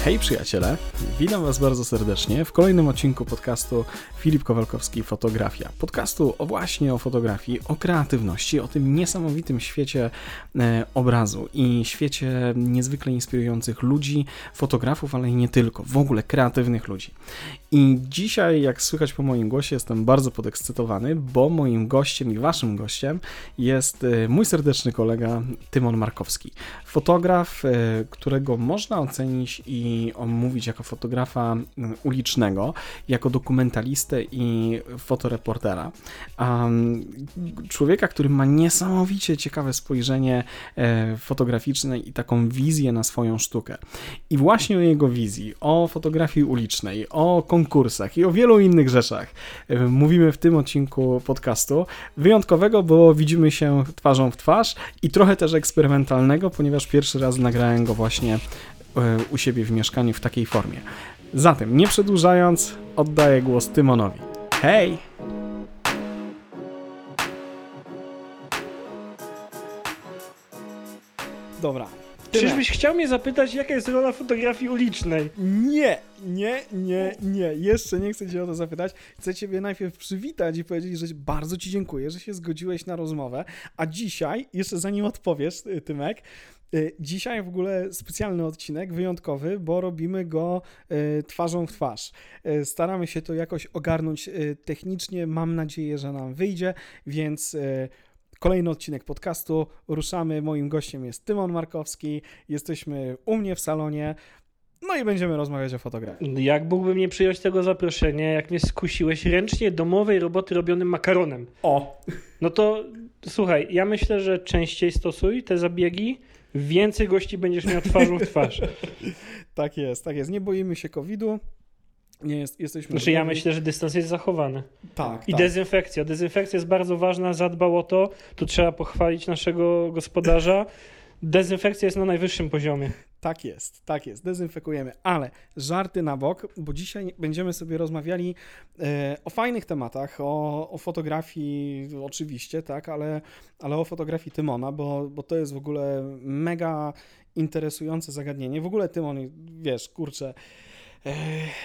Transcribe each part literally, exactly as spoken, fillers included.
Hej przyjaciele, witam was bardzo serdecznie w kolejnym odcinku podcastu Filip Kowalkowski Fotografia. Podcastu o właśnie o fotografii, o kreatywności, o tym niesamowitym świecie e, obrazu i świecie niezwykle inspirujących ludzi, fotografów, ale i nie tylko, w ogóle kreatywnych ludzi. I dzisiaj, jak słychać po moim głosie, jestem bardzo podekscytowany, bo moim gościem i waszym gościem jest e, mój serdeczny kolega Tymon Markowski. Fotograf, e, którego można ocenić i i omówić jako fotografa ulicznego, jako dokumentalistę i fotoreportera. Um, człowieka, który ma niesamowicie ciekawe spojrzenie e, fotograficzne i taką wizję na swoją sztukę. I właśnie o jego wizji, o fotografii ulicznej, o konkursach i o wielu innych rzeczach e, mówimy w tym odcinku podcastu. Wyjątkowego, bo widzimy się twarzą w twarz i trochę też eksperymentalnego, ponieważ pierwszy raz nagrałem go właśnie u siebie w mieszkaniu w takiej formie. Zatem, nie przedłużając, oddaję głos Tymonowi. Hej! Dobra. Czyżbyś chciał mnie zapytać, jaka jest rola fotografii ulicznej? Nie, nie, nie, nie. Jeszcze nie chcę cię o to zapytać. Chcę ciebie najpierw przywitać i powiedzieć, że bardzo ci dziękuję, że się zgodziłeś na rozmowę. A dzisiaj, jeszcze zanim odpowiesz, Tymek, dzisiaj w ogóle specjalny odcinek, wyjątkowy, bo robimy go y, twarzą w twarz. Y, staramy się to jakoś ogarnąć y, technicznie, mam nadzieję, że nam wyjdzie, więc y, kolejny odcinek podcastu, ruszamy. Moim gościem jest Tymon Markowski, jesteśmy u mnie w salonie, no i będziemy rozmawiać o fotografii. Jak mógłbym nie przyjąć tego zaproszenia, jak mnie skusiłeś ręcznie domowej roboty robionym makaronem? O! No to słuchaj, ja myślę, że częściej stosuj te zabiegi, więcej gości będziesz miał twarzą w twarz. Tak jest, tak jest. Nie boimy się kowida. Nie jest, jesteśmy... Znaczy ja myślę, że dystans jest zachowany. Tak, I tak. dezynfekcja. Dezynfekcja jest bardzo ważna, zadbał o to. Tu trzeba pochwalić naszego gospodarza. Dezynfekcja jest na najwyższym poziomie. Tak jest, tak jest, dezynfekujemy, ale żarty na bok, bo dzisiaj będziemy sobie rozmawiali e, o fajnych tematach, o, o fotografii oczywiście, tak, ale, ale o fotografii Tymona, bo, bo to jest w ogóle mega interesujące zagadnienie. W ogóle Tymon, wiesz, kurczę, e,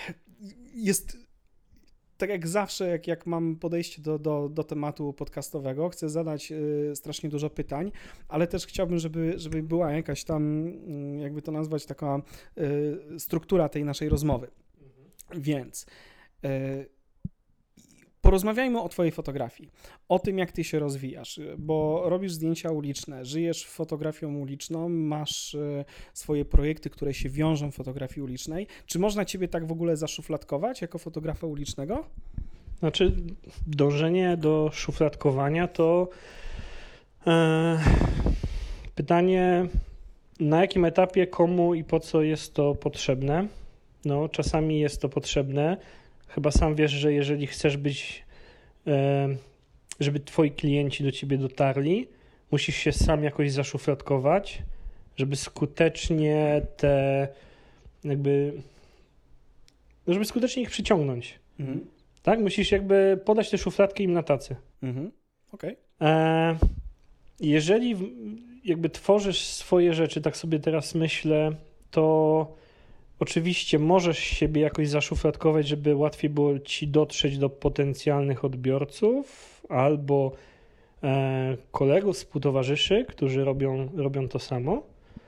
jest... Tak jak zawsze, jak, jak mam podejście do, do, do tematu podcastowego, chcę zadać y, strasznie dużo pytań, ale też chciałbym, żeby, żeby była jakaś tam, y, jakby to nazwać, taka y, struktura tej naszej rozmowy. Mhm. Więc y, porozmawiajmy o twojej fotografii, o tym, jak ty się rozwijasz, bo robisz zdjęcia uliczne, żyjesz fotografią uliczną, masz y, swoje projekty, które się wiążą w fotografii ulicznej. Czy można ciebie tak w ogóle zaszufladkować jako fotografa ulicznego? Znaczy, dążenie do szufladkowania to e, pytanie, na jakim etapie, komu i po co jest to potrzebne. No, czasami jest to potrzebne. Chyba sam wiesz, że jeżeli chcesz być, e, żeby twoi klienci do ciebie dotarli, musisz się sam jakoś zaszufladkować, żeby skutecznie te jakby, żeby skutecznie ich przyciągnąć. Mhm. Tak? Musisz jakby podać te szufladki im na tacy. Mhm. Okej. E, jeżeli w, jakby tworzysz swoje rzeczy, tak sobie teraz myślę, to oczywiście możesz siebie jakoś zaszufladkować, żeby łatwiej było ci dotrzeć do potencjalnych odbiorców albo e, kolegów, współtowarzyszy, którzy robią, robią to samo.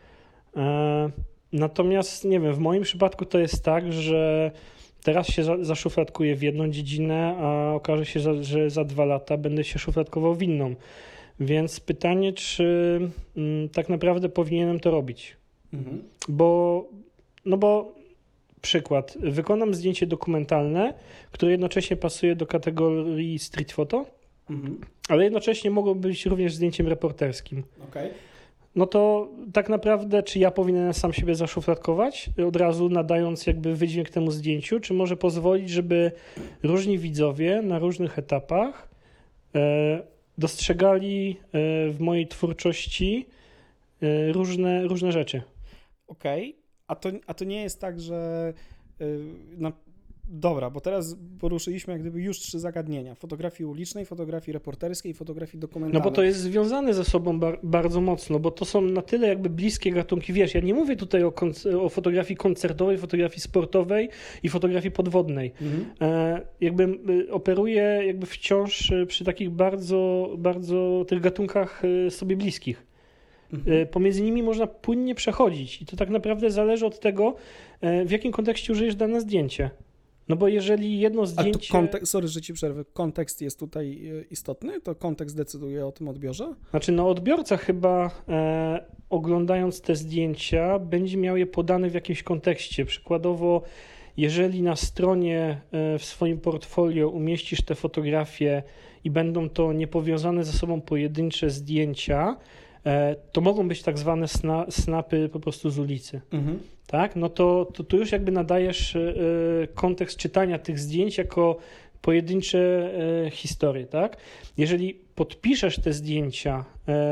E, natomiast, nie wiem, w moim przypadku to jest tak, że teraz się za, zaszufladkuję w jedną dziedzinę, a okaże się, że, że za dwa lata będę się szufladkował w inną. Więc pytanie, czy m, tak naprawdę powinienem to robić. Mhm. Bo No bo przykład, wykonam zdjęcie dokumentalne, które jednocześnie pasuje do kategorii street photo, mhm. ale jednocześnie mogło być również zdjęciem reporterskim. Okay. No to tak naprawdę, czy ja powinienem sam siebie zaszufladkować, od razu nadając jakby wydźwięk temu zdjęciu, czy może pozwolić, żeby różni widzowie na różnych etapach e, dostrzegali e, w mojej twórczości e, różne, różne rzeczy. Okej. Okay. A to, a to nie jest tak, że yy, na, dobra, bo teraz poruszyliśmy jak gdyby już trzy zagadnienia. Fotografii ulicznej, fotografii reporterskiej i fotografii dokumentalnej. No bo to jest związane ze sobą bar- bardzo mocno, bo to są na tyle jakby bliskie gatunki. Wiesz, ja nie mówię tutaj o, konc- o fotografii koncertowej, fotografii sportowej i fotografii podwodnej. Mhm. E, jakby y, operuję jakby wciąż przy takich bardzo, bardzo tych gatunkach y, sobie bliskich. Mhm. Pomiędzy nimi można płynnie przechodzić i to tak naprawdę zależy od tego, w jakim kontekście użyjesz dane zdjęcie. No bo jeżeli jedno zdjęcie... A to kontek- sorry, że ci przerwę. Kontekst jest tutaj istotny? To kontekst decyduje o tym odbiorze? Znaczy, no odbiorca chyba e, oglądając te zdjęcia będzie miał je podane w jakimś kontekście. Przykładowo, jeżeli na stronie e, w swoim portfolio umieścisz te fotografie i będą to niepowiązane ze sobą pojedyncze zdjęcia, to mogą być tak zwane sna, snapy po prostu z ulicy, mhm. tak? No to, to tu już jakby nadajesz y, kontekst czytania tych zdjęć jako pojedyncze y, historie, tak? Jeżeli podpiszesz te zdjęcia,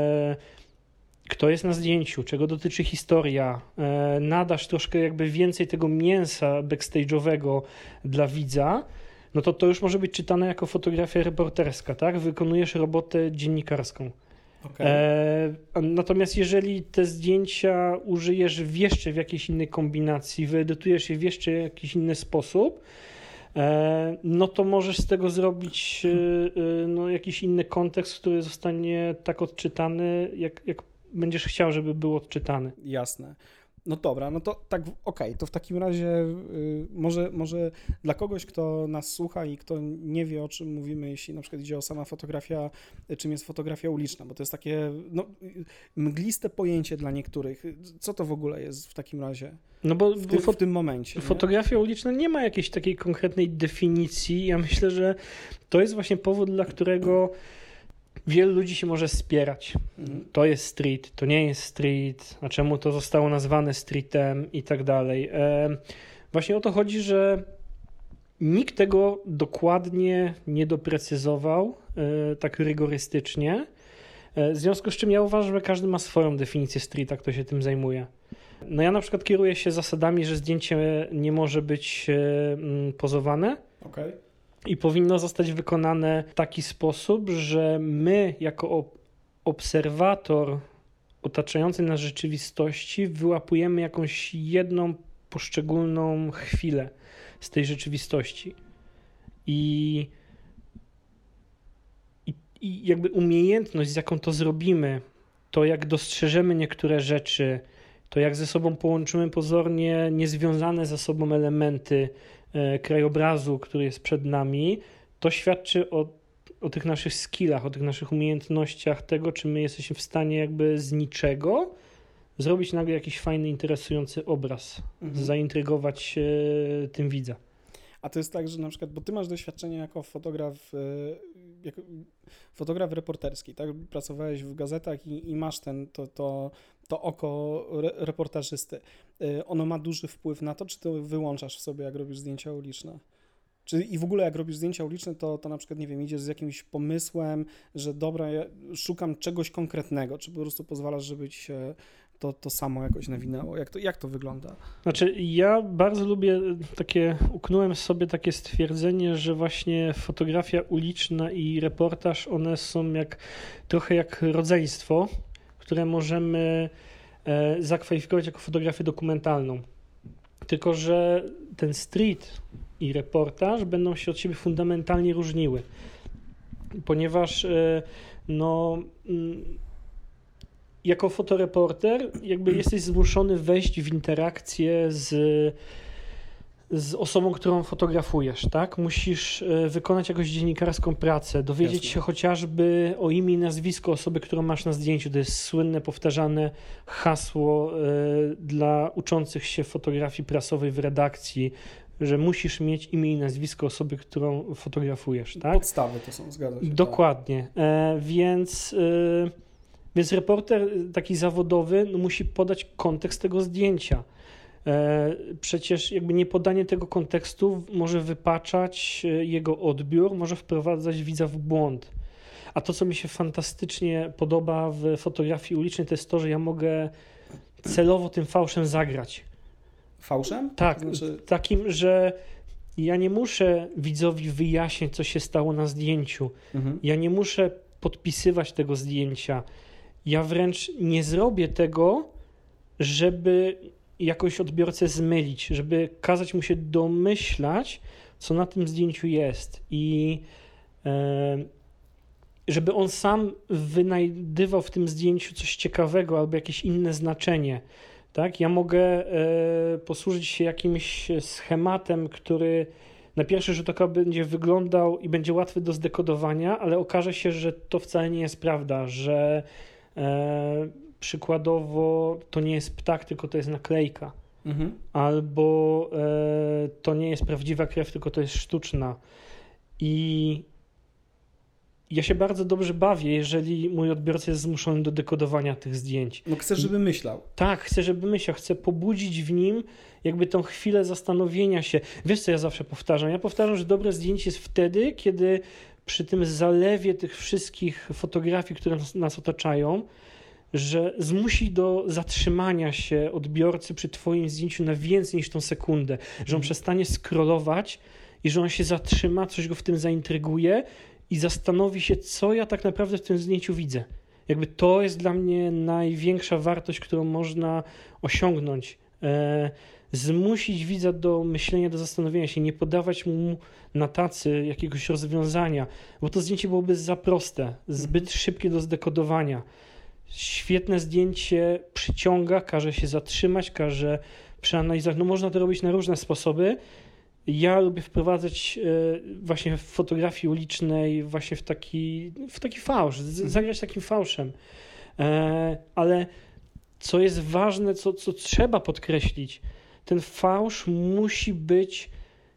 y, kto jest na zdjęciu, czego dotyczy historia, y, nadasz troszkę jakby więcej tego mięsa backstage'owego dla widza, no to to już może być czytane jako fotografia reporterska, tak? Wykonujesz robotę dziennikarską. Okay. E, natomiast jeżeli te zdjęcia użyjesz w jeszcze w jakiejś innej kombinacji, wyedytujesz je w jeszcze jakiś inny sposób, e, no to możesz z tego zrobić e, no, jakiś inny kontekst, który zostanie tak odczytany, jak, jak będziesz chciał, żeby był odczytany. Jasne. No dobra, no to tak, okej, okay, to w takim razie y, może, może dla kogoś, kto nas słucha i kto nie wie, o czym mówimy, jeśli na przykład idzie o sama fotografia, czym jest fotografia uliczna, bo to jest takie no, mgliste pojęcie dla niektórych. Co to w ogóle jest w takim razie? No bo w, tym, w tym momencie. Fotografia nie? uliczna nie ma jakiejś takiej konkretnej definicji. Ja myślę, że to jest właśnie powód, dla którego wielu ludzi się może spierać. Mhm. To jest street, to nie jest street, a czemu to zostało nazwane streetem i tak dalej. E, właśnie o to chodzi, że nikt tego dokładnie nie doprecyzował e, tak rygorystycznie. E, w związku z czym ja uważam, że każdy ma swoją definicję streeta, kto się tym zajmuje. No ja na przykład kieruję się zasadami, że zdjęcie nie może być e, m, pozowane. Okay. I powinno zostać wykonane w taki sposób, że my jako obserwator otaczającej nas rzeczywistości wyłapujemy jakąś jedną poszczególną chwilę z tej rzeczywistości. I, i, i jakby umiejętność, z jaką to zrobimy, to jak dostrzeżemy niektóre rzeczy, to jak ze sobą połączymy pozornie niezwiązane ze sobą elementy krajobrazu, który jest przed nami, to świadczy o, o tych naszych skillach, o tych naszych umiejętnościach, tego, czy my jesteśmy w stanie jakby z niczego zrobić nagle jakiś fajny, interesujący obraz, mhm. zaintrygować e, tym widza. A to jest tak, że na przykład, bo ty masz doświadczenie jako fotograf, jako fotograf reporterski, tak? Pracowałeś w gazetach i, i masz ten, to, to, to oko re, reportażysty. Ono ma duży wpływ na to, czy to wyłączasz w sobie, jak robisz zdjęcia uliczne? Czy i w ogóle jak robisz zdjęcia uliczne, to, to na przykład, nie wiem, idziesz z jakimś pomysłem, że dobra, ja szukam czegoś konkretnego, czy po prostu pozwalasz, żeby ci się to, to samo jakoś nawinęło? Jak to, jak to wygląda? Znaczy, ja bardzo lubię takie, uknąłem sobie takie stwierdzenie, że właśnie fotografia uliczna i reportaż, one są jak trochę jak rodzeństwo, które możemy e, zakwalifikować jako fotografię dokumentalną. Tylko że ten street i reportaż będą się od siebie fundamentalnie różniły, ponieważ e, no... Mm, jako fotoreporter jakby jesteś zmuszony wejść w interakcję z, z osobą, którą fotografujesz, tak? Musisz wykonać jakąś dziennikarską pracę, dowiedzieć Jasne. się chociażby o imię i nazwisko osoby, którą masz na zdjęciu. To jest słynne, powtarzane hasło y, dla uczących się fotografii prasowej w redakcji, że musisz mieć imię i nazwisko osoby, którą fotografujesz, tak? Podstawy to są, zgadza się. Dokładnie, tak. e, więc... Y, Więc reporter taki zawodowy no, musi podać kontekst tego zdjęcia. E, przecież jakby niepodanie tego kontekstu może wypaczać jego odbiór, może wprowadzać widza w błąd. A to, co mi się fantastycznie podoba w fotografii ulicznej, to jest to, że ja mogę celowo tym fałszem zagrać. Fałszem? Tak, to znaczy... takim, że ja nie muszę widzowi wyjaśniać, co się stało na zdjęciu. Mhm. Ja nie muszę podpisywać tego zdjęcia. Ja wręcz nie zrobię tego, żeby jakoś odbiorcę zmylić, żeby kazać mu się domyślać, co na tym zdjęciu jest i e, żeby on sam wynajdywał w tym zdjęciu coś ciekawego albo jakieś inne znaczenie. Tak? Ja mogę e, posłużyć się jakimś schematem, który na pierwszy rzut oka będzie wyglądał i będzie łatwy do zdekodowania, ale okaże się, że to wcale nie jest prawda, że e, przykładowo to nie jest ptak, tylko to jest naklejka. Mhm. Albo e, to nie jest prawdziwa krew, tylko to jest sztuczna. I ja się bardzo dobrze bawię, jeżeli mój odbiorca jest zmuszony do dekodowania tych zdjęć. No chcesz, żeby myślał. Tak, chcę, żeby myślał, chcę pobudzić w nim jakby tą chwilę zastanowienia się. Wiesz, co ja zawsze powtarzam? Ja powtarzam, że dobre zdjęcie jest wtedy, kiedy przy tym zalewie tych wszystkich fotografii, które nas, nas otaczają, że zmusi do zatrzymania się odbiorcy przy twoim zdjęciu na więcej niż tą sekundę, że on przestanie scrollować i że on się zatrzyma, coś go w tym zaintryguje i zastanowi się, co ja tak naprawdę w tym zdjęciu widzę. Jakby to jest dla mnie największa wartość, którą można osiągnąć. E, zmusić widza do myślenia, do zastanowienia się, nie podawać mu na tacy jakiegoś rozwiązania, bo to zdjęcie byłoby za proste, zbyt szybkie do zdekodowania. Świetne zdjęcie przyciąga, każe się zatrzymać, każe przeanalizować. No można to robić na różne sposoby. Ja lubię wprowadzać właśnie w fotografii ulicznej właśnie w taki, w taki fałsz, zagrać takim fałszem. Ale co jest ważne, co, co trzeba podkreślić, ten fałsz musi być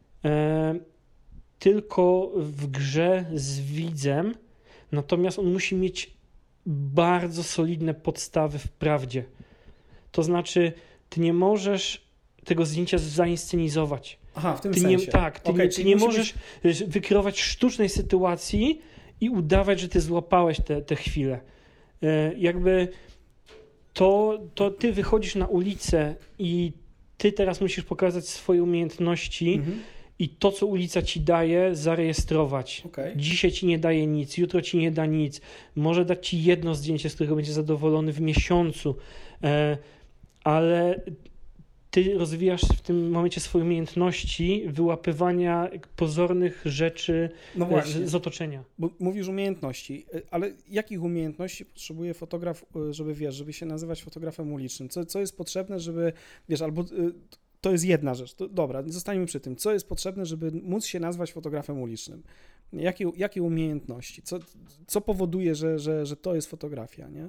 tylko w grze z widzem, natomiast on musi mieć bardzo solidne podstawy w prawdzie. To znaczy, ty nie możesz tego zdjęcia zainscenizować. Aha, w tym ty sensie. Nie, tak, ty okay, nie, ty nie możesz być... wykreować sztucznej sytuacji i udawać, że ty złapałeś tę chwilę. E, jakby to, to ty wychodzisz na ulicę i ty teraz musisz pokazać swoje umiejętności mhm. i to, co ulica ci daje, zarejestrować. Okay. Dzisiaj ci nie daje nic, jutro ci nie da nic. Może dać ci jedno zdjęcie, z którego będzie zadowolony w miesiącu, e, ale ty rozwijasz w tym momencie swoje umiejętności wyłapywania pozornych rzeczy no z, z otoczenia. Bo mówisz umiejętności, ale jakich umiejętności potrzebuje fotograf, żeby wiesz, żeby się nazywać fotografem ulicznym? Co, co jest potrzebne, żeby, wiesz, albo to jest jedna rzecz, to, dobra, zostańmy przy tym. Co jest potrzebne, żeby móc się nazwać fotografem ulicznym? Jakie, jakie umiejętności? Co, co powoduje, że, że, że to jest fotografia, nie?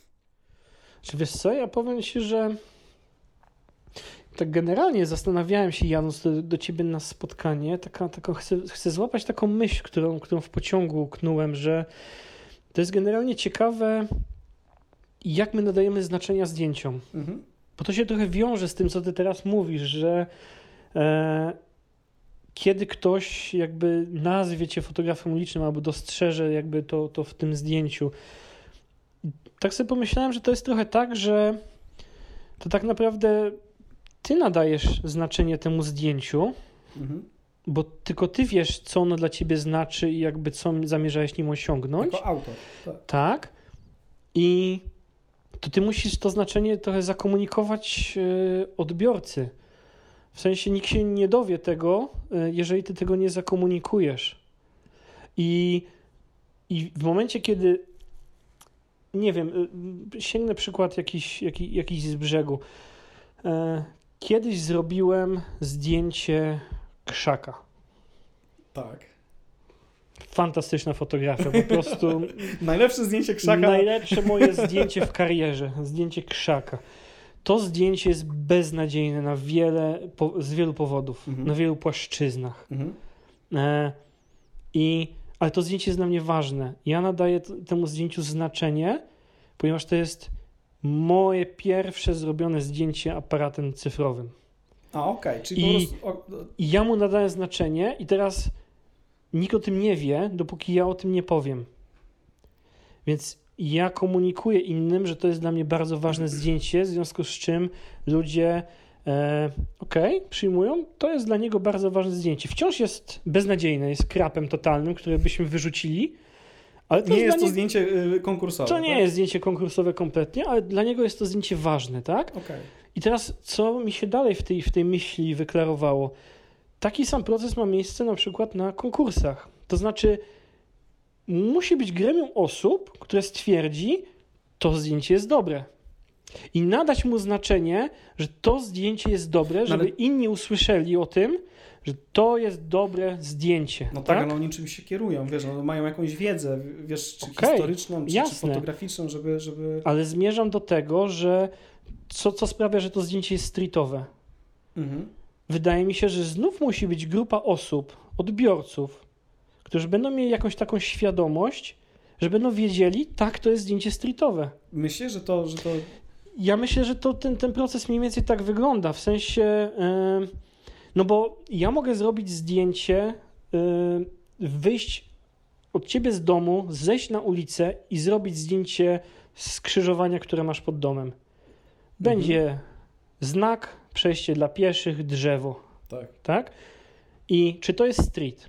Czy wiesz co, ja powiem ci, że tak generalnie zastanawiałem się, Janusz, do, do ciebie na spotkanie, taka, taką, chcę, chcę złapać taką myśl, którą, którą w pociągu knułem, że to jest generalnie ciekawe, jak my nadajemy znaczenia zdjęciom. Mhm. Bo to się trochę wiąże z tym, co ty teraz mówisz, że e, kiedy ktoś jakby nazwie cię fotografem ulicznym albo dostrzeże jakby to, to w tym zdjęciu, tak sobie pomyślałem, że to jest trochę tak, że to tak naprawdę ty nadajesz znaczenie temu zdjęciu, mhm. bo tylko ty wiesz, co ono dla ciebie znaczy i jakby co zamierzałeś nim osiągnąć. Jako autor. Tak. tak. I to ty musisz to znaczenie trochę zakomunikować yy, odbiorcy. W sensie nikt się nie dowie tego, yy, jeżeli ty tego nie zakomunikujesz. I, i w momencie, kiedy nie wiem, yy, sięgnę przykład jakiś, jakiś, jakiś z brzegu. Yy, Kiedyś zrobiłem zdjęcie krzaka. Tak. Fantastyczna fotografia, po prostu. Najlepsze zdjęcie krzaka. Najlepsze moje zdjęcie w karierze. Zdjęcie krzaka. To zdjęcie jest beznadziejne na wiele, po, z wielu powodów, mhm. na wielu płaszczyznach. Mhm. E, i, ale to zdjęcie jest dla mnie ważne. Ja nadaję t- temu zdjęciu znaczenie, ponieważ to jest moje pierwsze zrobione zdjęcie aparatem cyfrowym. A, okej. Okay. Czyli I, po prostu... I ja mu nadaję znaczenie i teraz nikt o tym nie wie, dopóki ja o tym nie powiem. Więc ja komunikuję innym, że to jest dla mnie bardzo ważne zdjęcie, w związku z czym ludzie E, Okej, okay, przyjmują. To jest dla niego bardzo ważne zdjęcie. Wciąż jest beznadziejne, jest krapem totalnym, które byśmy wyrzucili. Ale to nie jest, jest to nie... zdjęcie konkursowe. To nie tak? jest zdjęcie konkursowe kompletnie, ale dla niego jest to zdjęcie ważne, tak? Okay. I teraz, co mi się dalej w tej, w tej myśli wyklarowało? Taki sam proces ma miejsce na przykład na konkursach. To znaczy, musi być gremium osób, które stwierdzi, to zdjęcie jest dobre. I nadać mu znaczenie, że to zdjęcie jest dobre, żeby ale... inni usłyszeli o tym, że to jest dobre zdjęcie. No tak, tak? ale oni czymś się kierują, wiesz, no, mają jakąś wiedzę, wiesz, czy okay, historyczną, czy, czy fotograficzną, żeby, żeby... Ale zmierzam do tego, że co, co sprawia, że to zdjęcie jest streetowe. Mhm. Wydaje mi się, że znów musi być grupa osób, odbiorców, którzy będą mieli jakąś taką świadomość, że będą wiedzieli, tak, to jest zdjęcie streetowe. Myślę, że to... Że to... Ja myślę, że to, ten, ten proces mniej więcej tak wygląda, w sensie... Yy, no bo ja mogę zrobić zdjęcie, yy, wyjść od ciebie z domu, zejść na ulicę i zrobić zdjęcie skrzyżowania, które masz pod domem. Będzie mhm. znak, przejście dla pieszych, drzewo. Tak. tak. I czy to jest street?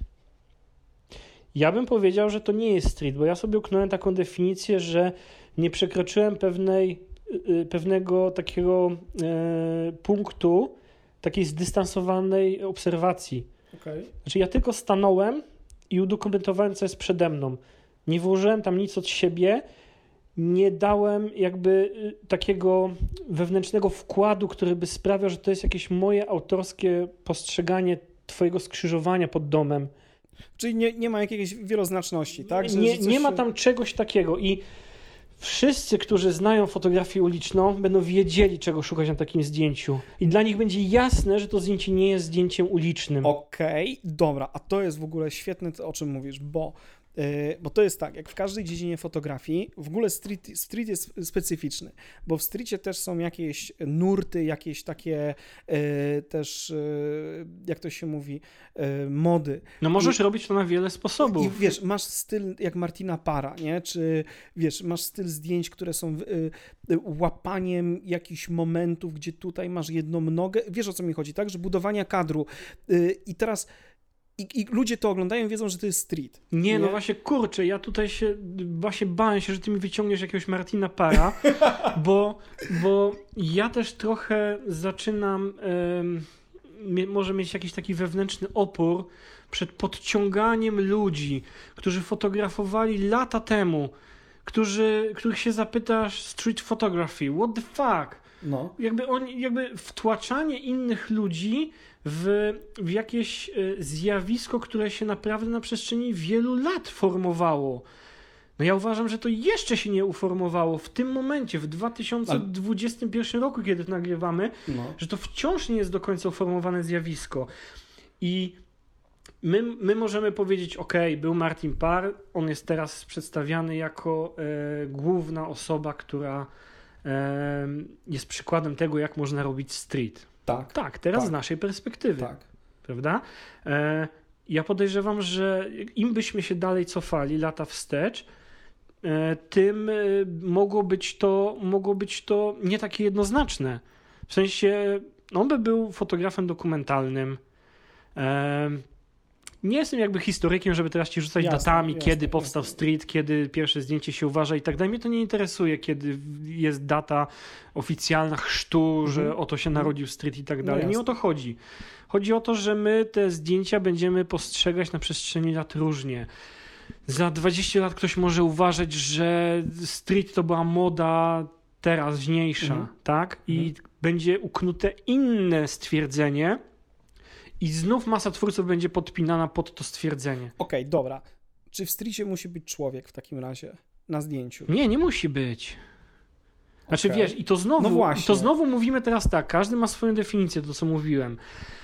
Ja bym powiedział, że to nie jest street, bo ja sobie uknąłem taką definicję, że nie przekroczyłem pewnej, yy, pewnego takiego yy, punktu, takiej zdystansowanej obserwacji. Okay. Znaczy ja tylko stanąłem i udokumentowałem, co jest przede mną. Nie włożyłem tam nic od siebie, nie dałem jakby takiego wewnętrznego wkładu, który by sprawiał, że to jest jakieś moje autorskie postrzeganie twojego skrzyżowania pod domem. Czyli nie, nie ma jakiejś wieloznaczności, tak? Że, nie, że coś... nie ma tam czegoś takiego i wszyscy, którzy znają fotografię uliczną, będą wiedzieli, czego szukać na takim zdjęciu. I dla nich będzie jasne, że to zdjęcie nie jest zdjęciem ulicznym. Okej, okay, dobra, a to jest w ogóle świetne, o czym mówisz, bo Yy, bo to jest tak, jak w każdej dziedzinie fotografii, w ogóle street, street jest specyficzny, bo w streetie też są jakieś nurty, jakieś takie yy, też, yy, jak to się mówi, yy, mody. No możesz I, robić to na wiele sposobów. I wiesz, masz styl jak Martina Para, nie? Czy wiesz, masz styl zdjęć, które są yy, yy, łapaniem jakichś momentów, gdzie tutaj masz jedną nogę, wiesz o co mi chodzi, tak? Że budowania kadru yy, i teraz I, I ludzie to oglądają, wiedzą, że to jest street. Nie, nie, no właśnie, kurczę, ja tutaj się, właśnie bałem się, że ty mi wyciągniesz jakiegoś Martina Para, bo, bo ja też trochę zaczynam um, może mieć jakiś taki wewnętrzny opór przed podciąganiem ludzi, którzy fotografowali lata temu, którzy, których się zapytasz street photography, what the fuck? No. Jakby, on, jakby wtłaczanie innych ludzi w, w jakieś zjawisko, które się naprawdę na przestrzeni wielu lat formowało. No ja uważam, że to jeszcze się nie uformowało w tym momencie, w dwa tysiące dwudziestym pierwszym roku, kiedy to nagrywamy, no. że to wciąż nie jest do końca uformowane zjawisko. I my, my możemy powiedzieć, ok, był Martin Parr, on jest teraz przedstawiany jako e, główna osoba, która e, jest przykładem tego, jak można robić street. Tak, tak teraz tak. z naszej perspektywy, tak. prawda? E, ja podejrzewam, że im byśmy się dalej cofali, lata wstecz, e, tym e, mogło być to, mogło być to nie takie jednoznaczne. W sensie, on by był fotografem dokumentalnym. E, nie jestem jakby historykiem, żeby teraz ci rzucać jasne, datami, jasne, kiedy jasne. powstał street, kiedy pierwsze zdjęcie się uważa i tak dalej. Mnie to nie interesuje, kiedy jest data oficjalna chrztu, mm. że oto się narodził street i tak dalej. No nie o to chodzi. Chodzi o to, że my te zdjęcia będziemy postrzegać na przestrzeni lat różnie. Za dwadzieścia lat ktoś może uważać, że street to była moda teraźniejsza, mm. tak? I mm. będzie uknute inne stwierdzenie, i znów masa twórców będzie podpinana pod to stwierdzenie. Okej, okay, dobra. Czy w streetie musi być człowiek w takim razie na zdjęciu? Nie, nie musi być. Znaczy okay. wiesz, i to znowu, no i to znowu mówimy teraz tak, każdy ma swoją definicję, to co mówiłem.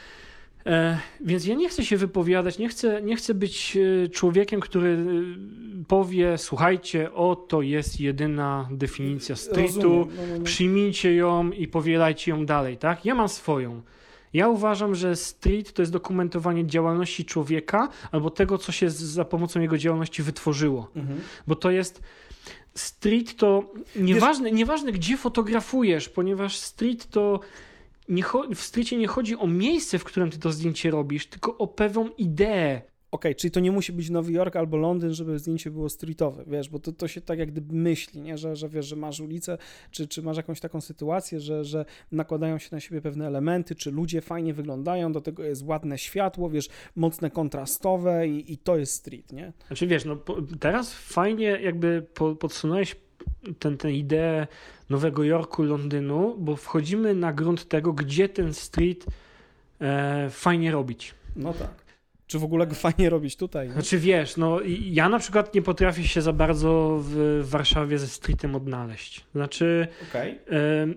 E, więc ja nie chcę się wypowiadać, nie chcę, nie chcę być człowiekiem, który powie, słuchajcie, oto jest jedyna definicja streetu, no, no, no. przyjmijcie ją i powielajcie ją dalej, tak? Ja mam swoją. Ja uważam, że street to jest dokumentowanie działalności człowieka albo tego, co się za pomocą jego działalności wytworzyło. Mhm. Bo to jest... Street to... Nieważne, Wiesz... nieważne, gdzie fotografujesz, ponieważ street to nie cho- w streetie nie chodzi o miejsce, w którym ty to zdjęcie robisz, tylko o pewną ideę. Okej, okay, czyli to nie musi być Nowy Jork albo Londyn, żeby zdjęcie było streetowe, wiesz, bo to, to się tak jak gdyby myśli, nie? Że, że wiesz, że masz ulicę, czy, czy masz jakąś taką sytuację, że, że nakładają się na siebie pewne elementy, czy ludzie fajnie wyglądają, do tego jest ładne światło, wiesz, mocne kontrastowe i, i to jest street, nie? Znaczy wiesz, no po, teraz fajnie jakby po, podsunąłeś ten, tę ideę Nowego Jorku, Londynu, bo wchodzimy na grunt tego, gdzie ten street e, fajnie robić. No tak. Czy w ogóle go fajnie robić tutaj? Nie? Znaczy wiesz, no ja na przykład nie potrafię się za bardzo w Warszawie ze streetem odnaleźć. Znaczy, okay. y,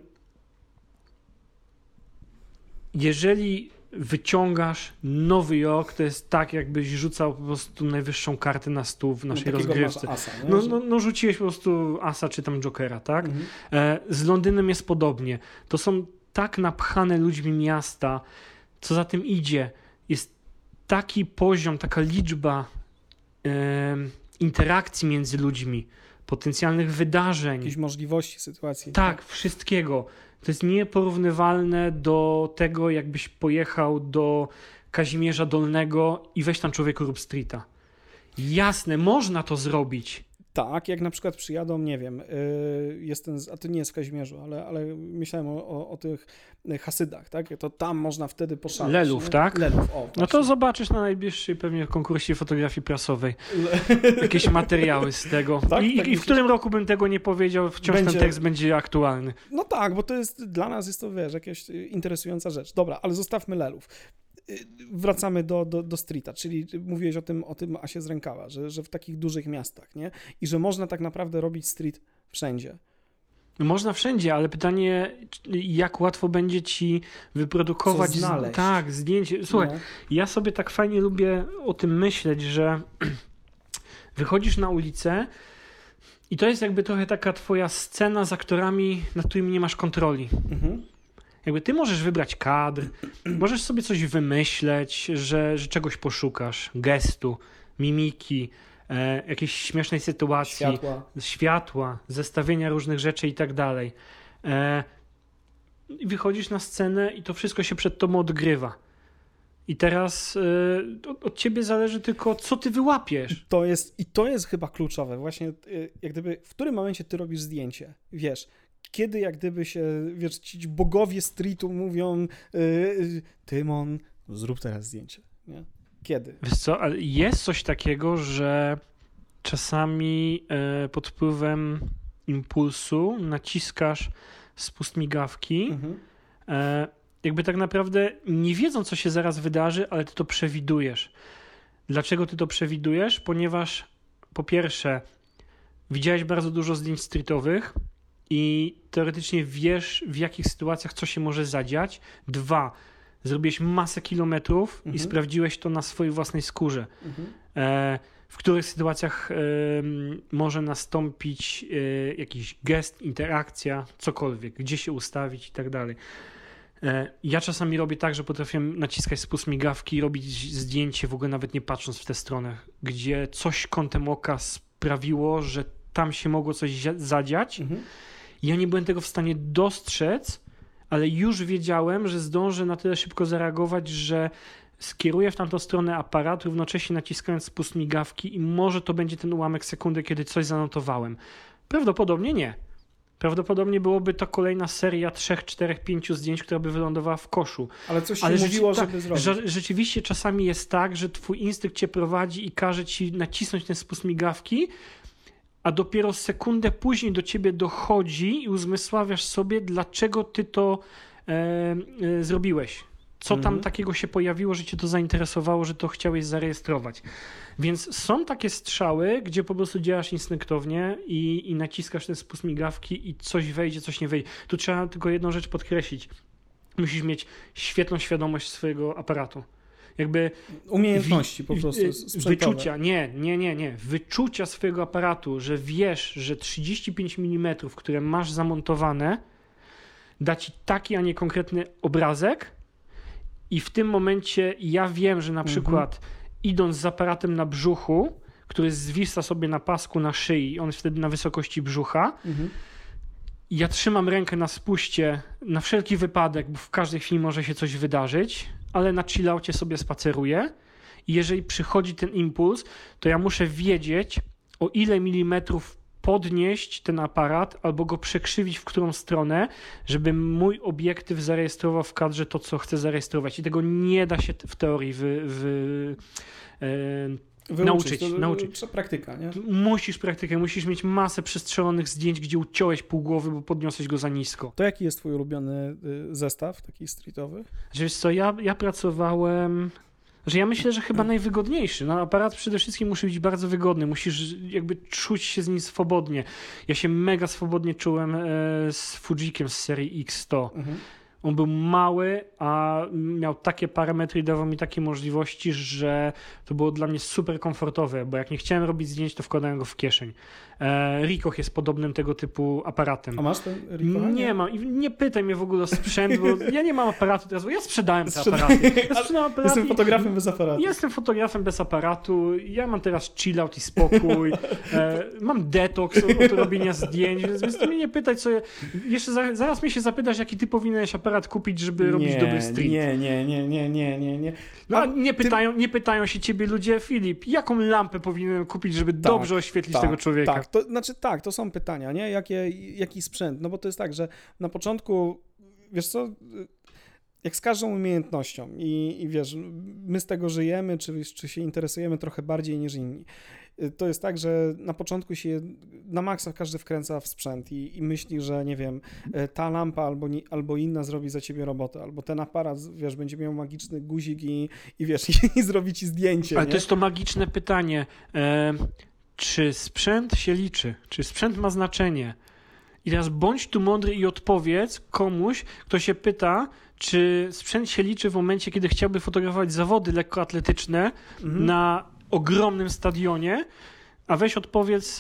jeżeli wyciągasz Nowy Jork, to jest tak, jakbyś rzucał po prostu najwyższą kartę na stół w naszej no, rozgrywce. Asa, no, no, no rzuciłeś po prostu asa czy tam jokera, tak? Mhm. E, z Londynem jest podobnie. To są tak napchane ludźmi miasta, co za tym idzie. Jest taki poziom, taka liczba e, interakcji między ludźmi, potencjalnych wydarzeń. Jakieś możliwości, sytuacji. Tak, wszystkiego. To jest nieporównywalne do tego, jakbyś pojechał do Kazimierza Dolnego i weź tam człowieku rób streeta. Jasne, można to zrobić. Tak, jak na przykład przyjadą, nie wiem, yy, jestem, z, a to nie jest w Kazimierzu, ale, ale myślałem o, o, o tych Hasydach, tak? To tam można wtedy poszaleć. Lelów, nie? tak? Lelów, o. No to zobaczysz na najbliższej pewnie konkursie fotografii prasowej jakieś materiały z tego. Tak, I, tak i w którym roku bym tego nie powiedział, wciąż będzie... ten tekst będzie aktualny. No tak, bo to jest, dla nas jest to, wiesz, jakaś interesująca rzecz. Dobra, ale zostawmy Lelów. Wracamy do, do, do streeta, czyli mówiłeś o tym, o tym asie z rękawa, że, że w takich dużych miastach, nie? I że można tak naprawdę robić street wszędzie. Można wszędzie, ale pytanie, jak łatwo będzie ci wyprodukować Co znaleźć. Tak, zdjęcie. Słuchaj, no. Ja sobie tak fajnie lubię o tym myśleć, że wychodzisz na ulicę i to jest jakby trochę taka twoja scena z aktorami, nad którymi nie masz kontroli. Mhm. Jakby ty możesz wybrać kadr, możesz sobie coś wymyśleć, że, że czegoś poszukasz, gestu, mimiki, e, jakiejś śmiesznej sytuacji, światła, światła zestawienia różnych rzeczy i tak dalej. E, wychodzisz na scenę i to wszystko się przed tobą odgrywa. I teraz e, od, od ciebie zależy tylko, co ty wyłapiesz. To jest, i to jest chyba kluczowe. Właśnie jak gdyby, w którym momencie ty robisz zdjęcie, wiesz, kiedy jak gdyby się, wiesz, ci bogowie streetu mówią yy, Tymon, zrób teraz zdjęcie, nie? Kiedy? Wiesz co, ale jest coś takiego, że czasami yy, pod wpływem impulsu naciskasz spust migawki, mhm. yy, jakby tak naprawdę nie wiedzą, co się zaraz wydarzy, ale ty to przewidujesz. Dlaczego ty to przewidujesz? Ponieważ po pierwsze widziałeś bardzo dużo zdjęć streetowych, i teoretycznie wiesz, w jakich sytuacjach co się może zadziać. Dwa, zrobiłeś masę kilometrów mhm. i sprawdziłeś to na swojej własnej skórze. Mhm. E, w których sytuacjach e, może nastąpić e, jakiś gest, interakcja, cokolwiek, gdzie się ustawić i tak dalej. E, ja czasami robię tak, że potrafię naciskać spust migawki i robić zdjęcie w ogóle nawet nie patrząc w tę stronę, gdzie coś kątem oka sprawiło, że tam się mogło coś zadziać. Mhm. Ja nie byłem tego w stanie dostrzec, ale już wiedziałem, że zdążę na tyle szybko zareagować, że skieruję w tamtą stronę aparat, równocześnie naciskając spust migawki i może to będzie ten ułamek sekundy, kiedy coś zanotowałem. Prawdopodobnie nie. Prawdopodobnie byłoby to kolejna seria trzech, czterech, pięciu zdjęć, która by wylądowała w koszu. Ale coś się ale mówiło, rzeczy, żeby zrobić. Że, rzeczywiście czasami jest tak, że twój instynkt cię prowadzi i każe ci nacisnąć ten spust migawki, a dopiero sekundę później do ciebie dochodzi i uzmysławiasz sobie, dlaczego ty to e, e, zrobiłeś. Co tam mhm. takiego się pojawiło, że cię to zainteresowało, że to chciałeś zarejestrować. Więc są takie strzały, gdzie po prostu działasz instynktownie i, i naciskasz ten spust migawki i coś wejdzie, coś nie wejdzie. Tu trzeba tylko jedną rzecz podkreślić. Musisz mieć świetną świadomość swojego aparatu. Jakby umiejętności po prostu sprzętowe. Wyczucia, nie, nie, nie, nie. Wyczucia swojego aparatu, że wiesz, że trzydzieści pięć milimetrów, które masz zamontowane, da ci taki, a nie konkretny obrazek i w tym momencie ja wiem, że na przykład mhm. idąc z aparatem na brzuchu, który zwisa sobie na pasku na szyi, on jest wtedy na wysokości brzucha, mhm. ja trzymam rękę na spuście na wszelki wypadek, bo w każdej chwili może się coś wydarzyć, ale na chillaucie sobie spaceruję i jeżeli przychodzi ten impuls, to ja muszę wiedzieć, o ile milimetrów podnieść ten aparat albo go przekrzywić w którą stronę, żeby mój obiektyw zarejestrował w kadrze to, co chcę zarejestrować. I tego nie da się w teorii wy, wy, e, nauczyć. To, nauczyć. To praktyka, nie? Musisz praktykę, musisz mieć masę przestrzelonych zdjęć, gdzie uciąłeś pół głowy, bo podniosłeś go za nisko. To jaki jest twój ulubiony zestaw, taki streetowy? Że wiesz co, ja, ja pracowałem... Że ja myślę, że chyba najwygodniejszy. No, aparat przede wszystkim musi być bardzo wygodny. Musisz jakby czuć się z nim swobodnie. Ja się mega swobodnie czułem e, z Fujikiem z serii X sto. Mhm. On był mały, a miał takie parametry i dawał mi takie możliwości, że to było dla mnie super komfortowe, bo jak nie chciałem robić zdjęć, to wkładałem go w kieszeń. E, Ricoh jest podobnym tego typu aparatem. A masz ten Ricoh? Nie, nie mam. I nie pytaj mnie w ogóle o sprzęt, bo ja nie mam aparatu teraz, bo ja sprzedałem te aparaty. Ja sprzedałem aparaty. Jestem fotografem bez aparatu. Jestem fotografem bez aparatu. Ja mam teraz chill out i spokój. E, mam detoks od, od robienia zdjęć, więc, więc ty mnie nie pytaj, co ja... Jeszcze za, zaraz mnie się zapytasz, jaki ty powinieneś aparat kupić, żeby nie, robić dobry street. Nie, nie, nie, nie, nie, nie, nie. No a nie pytają, ty... nie pytają się ciebie ludzie, Filip, jaką lampę powinienem kupić, żeby tak, dobrze oświetlić tak, tego człowieka? Tak, to znaczy tak, to są pytania, nie? Jakie, jaki sprzęt? No bo to jest tak, że na początku, wiesz co, jak z każdą umiejętnością i, i wiesz, my z tego żyjemy, czy, czy się interesujemy trochę bardziej niż inni. To jest tak, że na początku się na maksa każdy wkręca w sprzęt i, i myśli, że nie wiem, ta lampa albo, nie, albo inna zrobi za ciebie robotę, albo ten aparat, wiesz, będzie miał magiczny guzik i, i wiesz, i, i zrobi ci zdjęcie. Ale nie? to jest to magiczne pytanie. E, czy sprzęt się liczy? Czy sprzęt ma znaczenie? I teraz bądź tu mądry i odpowiedz komuś, kto się pyta, czy sprzęt się liczy w momencie, kiedy chciałby fotografować zawody lekkoatletyczne mhm. na ogromnym stadionie, a weź odpowiedz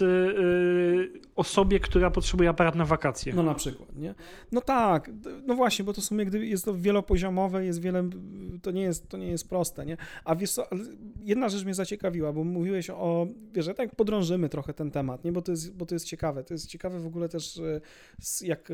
yy, osobie, która potrzebuje aparat na wakacje. No na przykład, nie? No tak, no właśnie, bo to są jak gdyby, jest to wielopoziomowe, jest wiele, to nie jest, to nie jest proste, nie? A wiesz co, jedna rzecz mnie zaciekawiła, bo mówiłeś o, wiesz, że tak podrążymy trochę ten temat, nie? Bo to jest, bo to jest ciekawe, to jest ciekawe w ogóle też jak...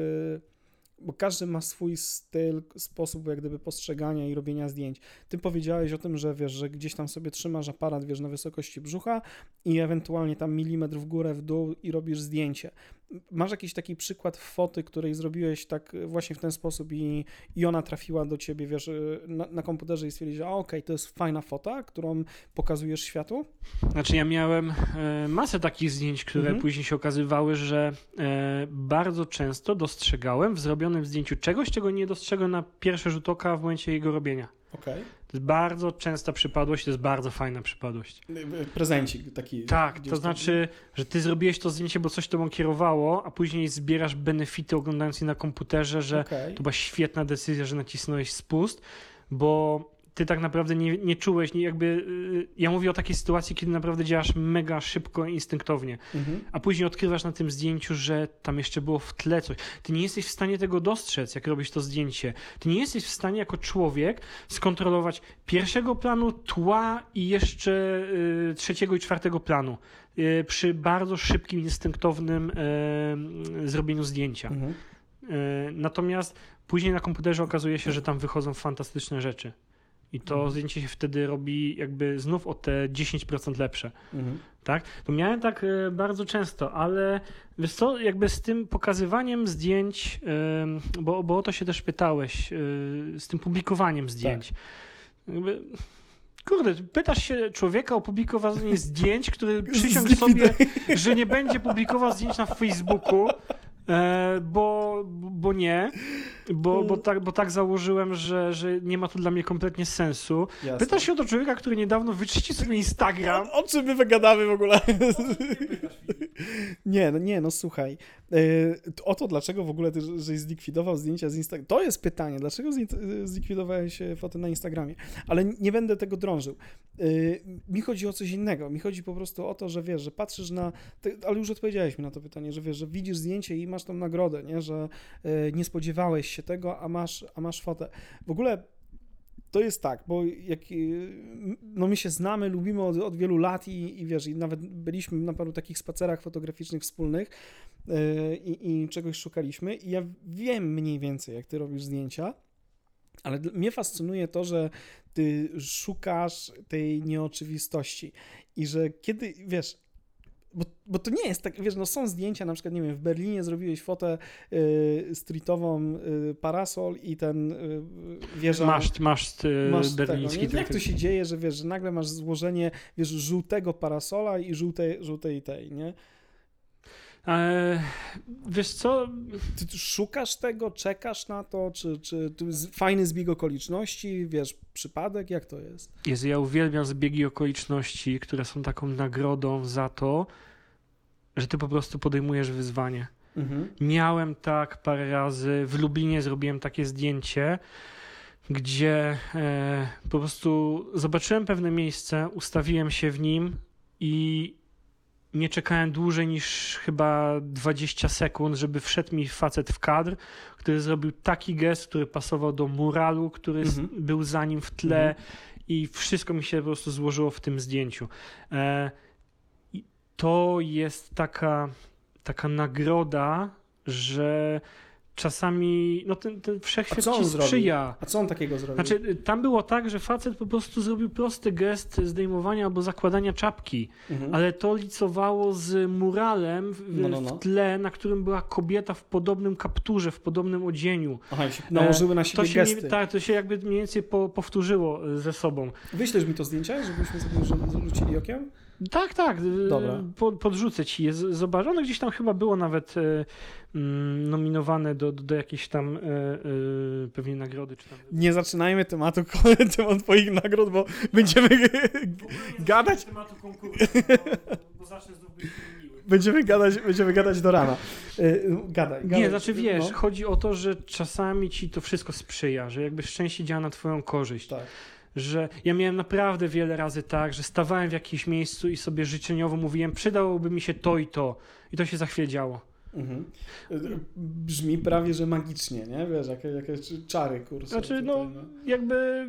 bo każdy ma swój styl, sposób jak gdyby postrzegania i robienia zdjęć. Ty powiedziałeś o tym, że wiesz, że gdzieś tam sobie trzymasz aparat, wiesz, na wysokości brzucha i ewentualnie tam milimetr w górę, w dół i robisz zdjęcie. Masz jakiś taki przykład foty, której zrobiłeś tak właśnie w ten sposób i, i ona trafiła do ciebie, wiesz, na, na komputerze i stwierdziłeś, a okej, okay, to jest fajna fota, którą pokazujesz światu? Znaczy ja miałem e, masę takich zdjęć, które mhm. później się okazywały, że e, bardzo często dostrzegałem w zrobionym zdjęciu czegoś, czego nie dostrzegłem na pierwszy rzut oka w momencie jego robienia. Okay. To jest bardzo częsta przypadłość, to jest bardzo fajna przypadłość. Prezencik taki. Tak, to znaczy, że ty zrobiłeś to zdjęcie, bo coś tobą kierowało, a później zbierasz benefity oglądając je na komputerze, że okay. to była świetna decyzja, że nacisnąłeś spust, bo ty tak naprawdę nie, nie czułeś, nie jakby, yy, ja mówię o takiej sytuacji, kiedy naprawdę działasz mega szybko i instynktownie, mhm. a później odkrywasz na tym zdjęciu, że tam jeszcze było w tle coś. Ty nie jesteś w stanie tego dostrzec, jak robisz to zdjęcie. Ty nie jesteś w stanie jako człowiek skontrolować pierwszego planu, tła i jeszcze yy, trzeciego i czwartego planu yy, przy bardzo szybkim, instynktownym yy, zrobieniu zdjęcia. Mhm. Yy, natomiast później na komputerze okazuje się, że tam wychodzą fantastyczne rzeczy. I to mhm. zdjęcie się wtedy robi jakby znów o te dziesięć procent lepsze. Mhm. Tak? To miałem tak y, bardzo często, ale wiesz co, jakby z tym pokazywaniem zdjęć, y, bo, bo o to się też pytałeś, y, z tym publikowaniem zdjęć. Tak. Jakby, kurde, pytasz się człowieka o publikowanie zdjęć, który przysiągł sobie, że nie będzie publikował zdjęć na Facebooku, E, bo, bo nie, bo, bo, tak, bo tak założyłem, że, że nie ma to dla mnie kompletnie sensu. Jasne. Pytasz się o to człowieka, który niedawno wyczyścił sobie Instagram. O, o czym my wygadamy w ogóle? Nie, no nie, no słuchaj. E, o to, dlaczego w ogóle ty żeś zlikwidował zdjęcia z Instagrama, to jest pytanie, dlaczego zlikwidowałeś foty na Instagramie, ale nie będę tego drążył. E, mi chodzi o coś innego, mi chodzi po prostu o to, że wiesz, że patrzysz na, ty, ale już odpowiedziałeś mi na to pytanie, że wiesz, że widzisz zdjęcie i masz tą nagrodę, nie, że e, nie spodziewałeś się tego, a masz, a masz fotę. W ogóle to jest tak, bo jak, no my się znamy, lubimy od, od wielu lat i, i wiesz, i nawet byliśmy na paru takich spacerach fotograficznych wspólnych yy, i, i czegoś szukaliśmy i ja wiem mniej więcej, jak ty robisz zdjęcia, ale mnie fascynuje to, że ty szukasz tej nieoczywistości i że kiedy, wiesz, Bo, bo to nie jest tak, wiesz, no są zdjęcia, na przykład, nie wiem, w Berlinie zrobiłeś fotę y, streetową, y, parasol i ten y, wieża... Maszt, maszt y, masz berliński. Tego, jak to się dzieje, że wiesz, że nagle masz złożenie, wiesz, żółtego parasola i żółtej, żółtej tej, nie? E, wiesz co? Ty, ty szukasz tego, czekasz na to, czy, czy, czy fajny zbieg okoliczności, wiesz, przypadek, jak to jest? Jezu, ja uwielbiam zbiegi okoliczności, które są taką nagrodą za to, że ty po prostu podejmujesz wyzwanie. Mhm. Miałem tak parę razy, w Lublinie zrobiłem takie zdjęcie, gdzie e, po prostu zobaczyłem pewne miejsce, ustawiłem się w nim i nie czekałem dłużej niż chyba dwadzieścia sekund, żeby wszedł mi facet w kadr, który zrobił taki gest, który pasował do muralu, który mhm. był za nim w tle mhm. i wszystko mi się po prostu złożyło w tym zdjęciu. E, i to jest taka, taka nagroda, że czasami no ten, ten wszechświat ci sprzyja. Zrobił? A co on takiego zrobił? Znaczy, tam było tak, że facet po prostu zrobił prosty gest zdejmowania albo zakładania czapki, mhm. ale to licowało z muralem w, no, no, no. w tle, na którym była kobieta w podobnym kapturze, w podobnym odzieniu. Aha, i się nałożyły na siebie to się gesty. Nie, tak, to się jakby mniej więcej po, powtórzyło ze sobą. Wyślesz mi to zdjęcie, żebyśmy sobie rzucili okiem? Tak, tak. Dobra. Po, podrzucę ci je. Zobacz, ono gdzieś tam chyba było nawet e, mm, nominowane do, do, do jakiejś tam e, e, pewnie nagrody. Czy tam... Nie zaczynajmy tematu, temat twoich nagród, bo będziemy gadać... tematu konkursu, bo, bo zacznę znów być miły. Będziemy gadać, będziemy gadać do rana. Yy, gadaj, gadaj. Nie, znaczy wiesz, no. chodzi o to, że czasami ci to wszystko sprzyja, że jakby szczęście działa na twoją korzyść. Tak. Że ja miałem naprawdę wiele razy tak, że stawałem w jakimś miejscu i sobie życzeniowo mówiłem, przydałoby mi się to i to. I to się za chwilę działo. Mhm. Brzmi prawie, że magicznie, nie? Wiesz, jakieś, jakieś czary kursy. Znaczy, tutaj, no, no, jakby...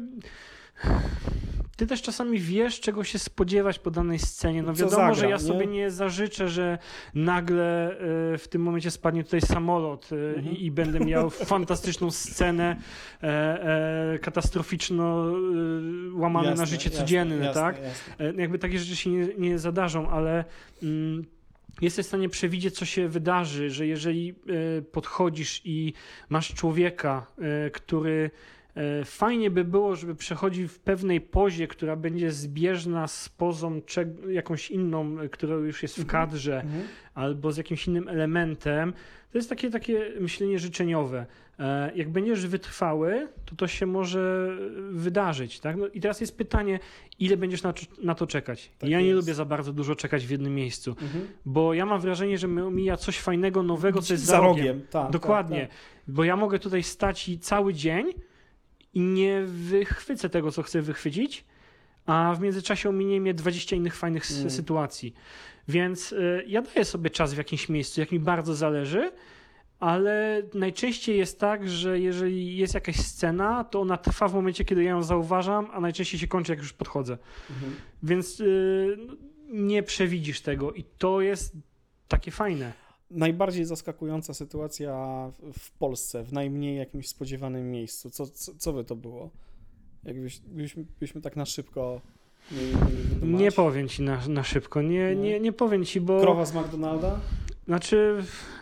Ty też czasami wiesz, czego się spodziewać po danej scenie. No wiadomo, zagra, że ja nie? sobie nie zażyczę, że nagle y, w tym momencie spadnie tutaj samolot y, mhm. i, i będę miał fantastyczną scenę e, e, katastroficzno y, łamane jasne, na życie jasne, codzienne, jasne, tak? Jasne. E, jakby takie rzeczy się nie, nie zadarzą, ale mm, jesteś w stanie przewidzieć, co się wydarzy, że jeżeli y, podchodzisz i masz człowieka, y, który fajnie by było, żeby przechodził w pewnej pozie, która będzie zbieżna z pozą jakąś inną, która już jest w kadrze, mm-hmm. albo z jakimś innym elementem. To jest takie, takie myślenie życzeniowe. Jak będziesz wytrwały, to to się może wydarzyć. Tak? No i teraz jest pytanie, ile będziesz na, na to czekać. Tak ja nie jest. lubię za bardzo dużo czekać w jednym miejscu, mm-hmm. bo ja mam wrażenie, że mnie omija coś fajnego, nowego, co jest za, za rogiem. rogiem. Tak, Dokładnie. Tak, tak. Bo ja mogę tutaj stać i cały dzień i nie wychwycę tego, co chcę wychwycić, a w międzyczasie ominie mnie dwadzieścia innych fajnych mm. sytuacji. Więc y, ja daję sobie czas w jakimś miejscu, jak mi bardzo zależy, ale najczęściej jest tak, że jeżeli jest jakaś scena, to ona trwa w momencie, kiedy ja ją zauważam, a najczęściej się kończy, jak już podchodzę. Mm-hmm. Więc y, nie przewidzisz tego i to jest takie fajne. Najbardziej zaskakująca sytuacja w Polsce, w najmniej jakimś spodziewanym miejscu. Co, co, co by to było? Jakbyśmy byśmy tak na szybko nie, nie, nie powiem ci na, na szybko, nie, nie. Nie, nie powiem ci, bo... Krowa z McDonalda? Znaczy...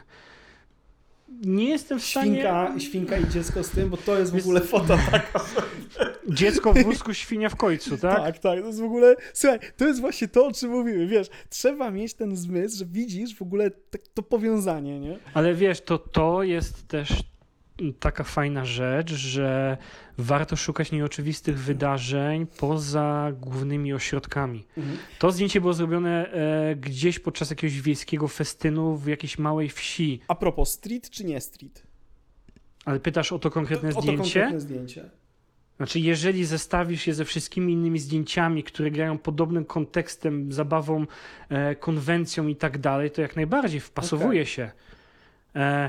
Nie jestem w stanie... Świnka, świnka i dziecko z tym, bo to jest w ogóle foto taka. Dziecko w wózku, świnia w końcu, tak? Tak, tak. To jest w ogóle... Słuchaj, to jest właśnie to, o czym mówimy. Wiesz, trzeba mieć ten zmysł, że widzisz w ogóle to powiązanie, nie? Ale wiesz, to to jest też taka fajna rzecz, że warto szukać nieoczywistych wydarzeń poza głównymi ośrodkami. Mhm. To zdjęcie było zrobione e, gdzieś podczas jakiegoś wiejskiego festynu w jakiejś małej wsi. A propos, street czy nie street? Ale pytasz o to konkretne to, zdjęcie? O to konkretne zdjęcie. Znaczy, jeżeli zestawisz je ze wszystkimi innymi zdjęciami, które grają podobnym kontekstem, zabawą, e, konwencją i tak dalej, to jak najbardziej wpasowuje okay. się. E,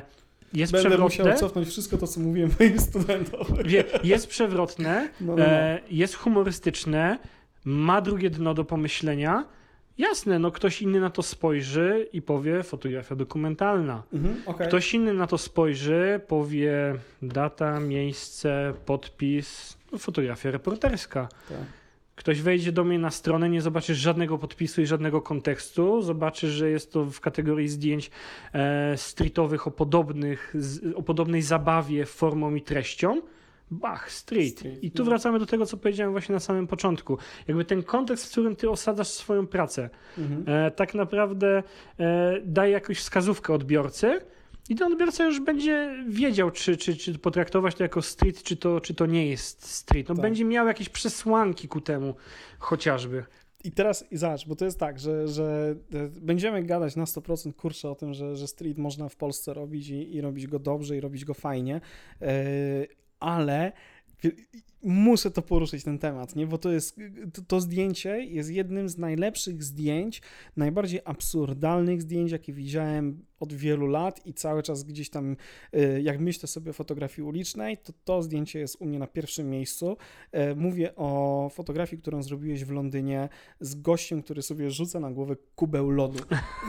jest Będę przewrotne. musiał cofnąć wszystko to, co mówiłem moim studentom. Wie, jest przewrotne, No, no, no. E, jest humorystyczne, ma drugie dno do pomyślenia. Jasne, no ktoś inny na to spojrzy i powie fotografia dokumentalna. Mhm, okay. Ktoś inny na to spojrzy, powie data, miejsce, podpis, no, fotografia reporterska. Tak. Ktoś wejdzie do mnie na stronę, nie zobaczysz żadnego podpisu i żadnego kontekstu. Zobaczysz, że jest to w kategorii zdjęć e, streetowych o, podobnych, z, o podobnej zabawie formą i treścią. Bach, street. Street, I tu no. wracamy do tego, co powiedziałem właśnie na samym początku. Jakby ten kontekst, w którym ty osadzasz swoją pracę, Mhm. e, tak naprawdę e, daje jakąś wskazówkę odbiorcy i ten odbiorca już będzie wiedział, czy, czy, czy potraktować to jako street, czy to, czy to nie jest street. No Tak. będzie miał jakieś przesłanki ku temu chociażby. I teraz i zobacz, bo to jest tak, że, że będziemy gadać na sto procent kurczę o tym, że, że street można w Polsce robić i, i robić go dobrze i robić go fajnie, yy, ale muszę to poruszyć, ten temat, nie? Bo to jest, to, to zdjęcie jest jednym z najlepszych zdjęć, najbardziej absurdalnych zdjęć, jakie widziałem od wielu lat i cały czas gdzieś tam, jak myślę sobie o fotografii ulicznej, to to zdjęcie jest u mnie na pierwszym miejscu. Mówię o fotografii, którą zrobiłeś w Londynie z gościem, który sobie rzuca na głowę kubeł lodu.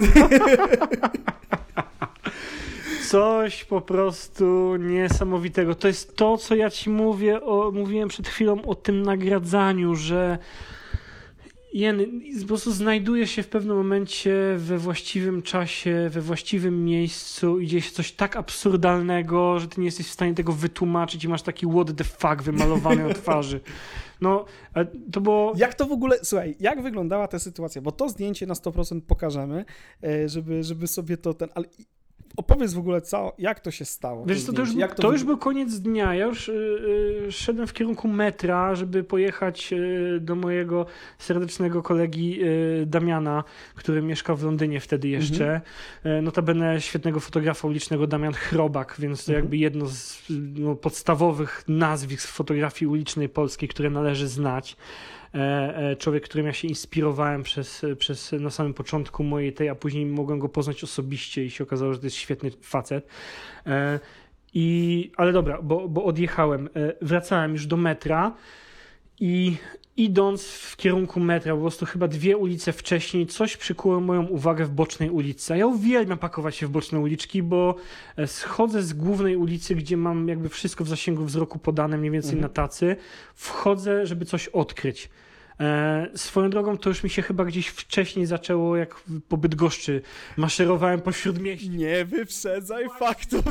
Coś po prostu niesamowitego. To jest to, co ja ci mówię, o, mówiłem przed chwilą o tym nagradzaniu, że Jen, po prostu znajdujesz się w pewnym momencie we właściwym czasie, we właściwym miejscu i dzieje się coś tak absurdalnego, że ty nie jesteś w stanie tego wytłumaczyć i masz taki what the fuck wymalowany na twarzy. No, to było... Jak to w ogóle, słuchaj, jak wyglądała ta sytuacja? Bo to zdjęcie na sto procent pokażemy, żeby, żeby sobie to ten... Ale opowiedz w ogóle, co, jak to się stało. Wiesz co, to, już, jak to, to to już był koniec dnia. Ja już y, y, szedłem w kierunku metra, żeby pojechać y, do mojego serdecznego kolegi y, Damiana, który mieszkał w Londynie wtedy jeszcze. Mhm. Y, notabene świetnego fotografa ulicznego, Damian Chrobak, więc to mhm. jakby jedno z no, podstawowych nazwisk fotografii ulicznej polskiej, które należy znać. Człowiek, którym ja się inspirowałem przez, przez na samym początku mojej tej, a później mogłem go poznać osobiście i się okazało, że to jest świetny facet. I, ale dobra, bo, bo odjechałem. Wracałem już do metra i idąc w kierunku metra, po prostu chyba dwie ulice wcześniej, coś przykuło moją uwagę w bocznej ulicy. A ja uwielbiam pakować się w boczne uliczki, bo schodzę z głównej ulicy, gdzie mam jakby wszystko w zasięgu wzroku podane mniej więcej mhm. na tacy. Wchodzę, żeby coś odkryć. E, swoją drogą to już mi się chyba gdzieś wcześniej zaczęło, jak po Bydgoszczy maszerowałem po Śródmieściu. Nie wyprzedzaj faktów.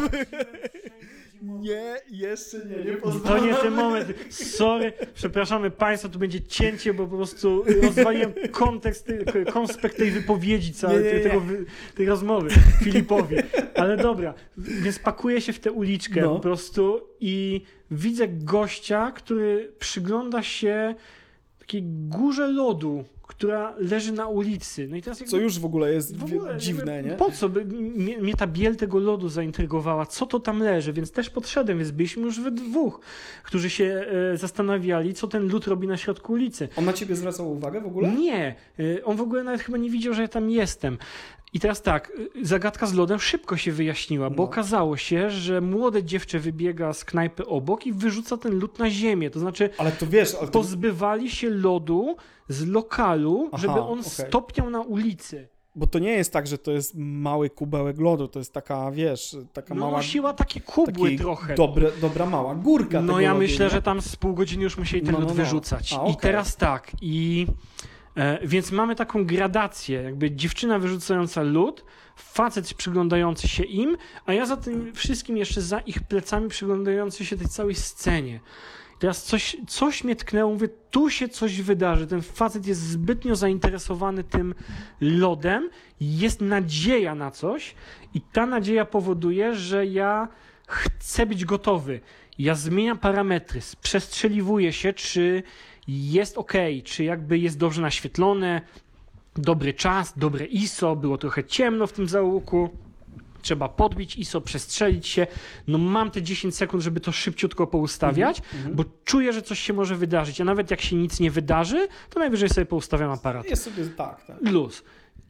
Nie, jeszcze nie, nie To nie ten moment. Sorry, przepraszamy Państwa, tu będzie cięcie, bo po prostu rozwaliłem kontekst, konspekt tej wypowiedzi całej, nie, nie, nie. Tego, tej rozmowy Filipowi. Ale dobra, więc pakuję się w tę uliczkę no. po prostu i widzę gościa, który przygląda się takiej górze lodu, która leży na ulicy. No i teraz jakby, co już w ogóle jest w ogóle, dziwne, jakby, nie? Po co? By, mnie, mnie ta biel tego lodu zaintrygowała. Co to tam leży? Więc też podszedłem, więc byliśmy już we dwóch, którzy się e, zastanawiali, co ten lód robi na środku ulicy. On na ciebie zwracał uwagę w ogóle? Nie. E, on w ogóle nawet chyba nie widział, że ja tam jestem. I teraz tak, zagadka z lodem szybko się wyjaśniła, bo no. okazało się, że młode dziewczę wybiega z knajpy obok i wyrzuca ten lód na ziemię. To znaczy, ale to wiesz, ale to... pozbywali się lodu z lokalu, Aha, żeby on okay. stopniał na ulicy. Bo to nie jest tak, że to jest mały kubełek lodu, to jest taka, wiesz, taka no, mała... nosiła takie kubły trochę. Dobre, dobra mała górka. No tego ja lodu, myślę, nie? że tam z pół godziny już musieli ten no, lód no, no. wyrzucać. A, okay. I teraz tak, i e, więc mamy taką gradację, jakby dziewczyna wyrzucająca lód, facet przyglądający się im, a ja za tym wszystkim jeszcze za ich plecami przyglądający się tej całej scenie. Teraz coś, coś mnie tknęło, mówię, tu się coś wydarzy. Ten facet jest zbytnio zainteresowany tym lodem, jest nadzieja na coś i ta nadzieja powoduje, że ja chcę być gotowy. Ja zmieniam parametry, przestrzeliwuję się, czy jest ok, czy jakby jest dobrze naświetlone, dobry czas, dobre I S O, było trochę ciemno w tym zaułku. Trzeba podbić I S O, przestrzelić się. No mam te dziesięć sekund, żeby to szybciutko poustawiać, mm-hmm. bo czuję, że coś się może wydarzyć. A nawet jak się nic nie wydarzy, to najwyżej sobie poustawiam aparat. Jest sobie tak, tak. Luz.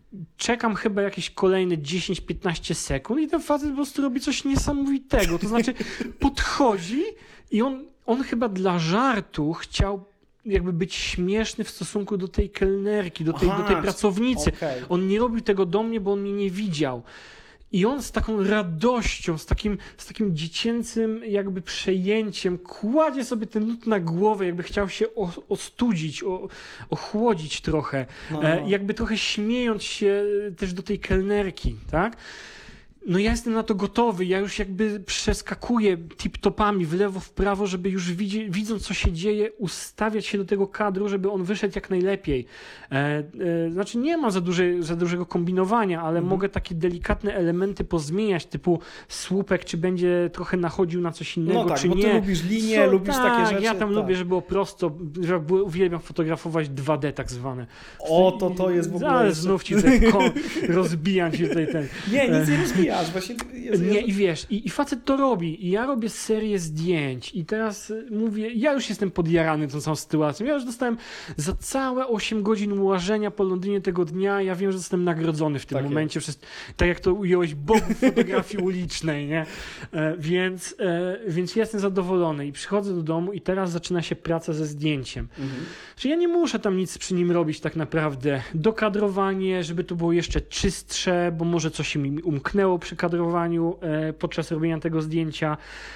czekam chyba jakieś kolejne dziesięć piętnaście sekund i ten facet po prostu robi coś niesamowitego. To znaczy podchodzi i on, on chyba dla żartu chciał jakby być śmieszny w stosunku do tej kelnerki, do tej, Aha, do tej pracownicy. okay. On nie robił tego do mnie, bo on mnie nie widział. I on z taką radością, z takim, z takim dziecięcym jakby przejęciem kładzie sobie ten lód na głowę, jakby chciał się o, ostudzić, o, ochłodzić trochę. No, no. E, jakby trochę śmiejąc się też do tej kelnerki, tak? No ja jestem na to gotowy, ja już jakby przeskakuję tip-topami w lewo, w prawo, żeby już widzi, widząc co się dzieje, ustawiać się do tego kadru, żeby on wyszedł jak najlepiej. E, e, znaczy nie ma za, duże, za dużego kombinowania, ale mhm. mogę takie delikatne elementy pozmieniać, typu słupek, czy będzie trochę nachodził na coś innego, no tak, czy bo nie. ty lubisz linie, co, lubisz tak, takie rzeczy. Ja tam tak. lubię, żeby było prosto, że uwielbiam fotografować dwa D tak zwane. O, to to jest w ogóle... Ale znów ci tutaj ko- rozbijam ci tutaj ten... Nie, nic nie rozbijasz, właśnie... Jezu, nie, Jezu. i wiesz, i, i facet to robi. I ja robię serię zdjęć i teraz mówię, ja już jestem podjarany tą całą sytuacją. Ja już dostałem za całe osiem godzin łażenia po Londynie tego dnia, ja wiem, że zostałem nagrodzony w tym tak momencie, przez, tak jak to ująłeś, bogów fotografii ulicznej, nie? E, więc, e, więc ja jestem zadowolony i przychodzę do domu i teraz zaczyna się praca ze zdjęciem. Mhm. Czyli ja nie muszę tam nic przy nim robić tak naprawdę. Dokadrowanie, żeby to było jeszcze czystsze, bo może coś mi umknęło przy kadrowaniu podczas robienia tego zdjęcia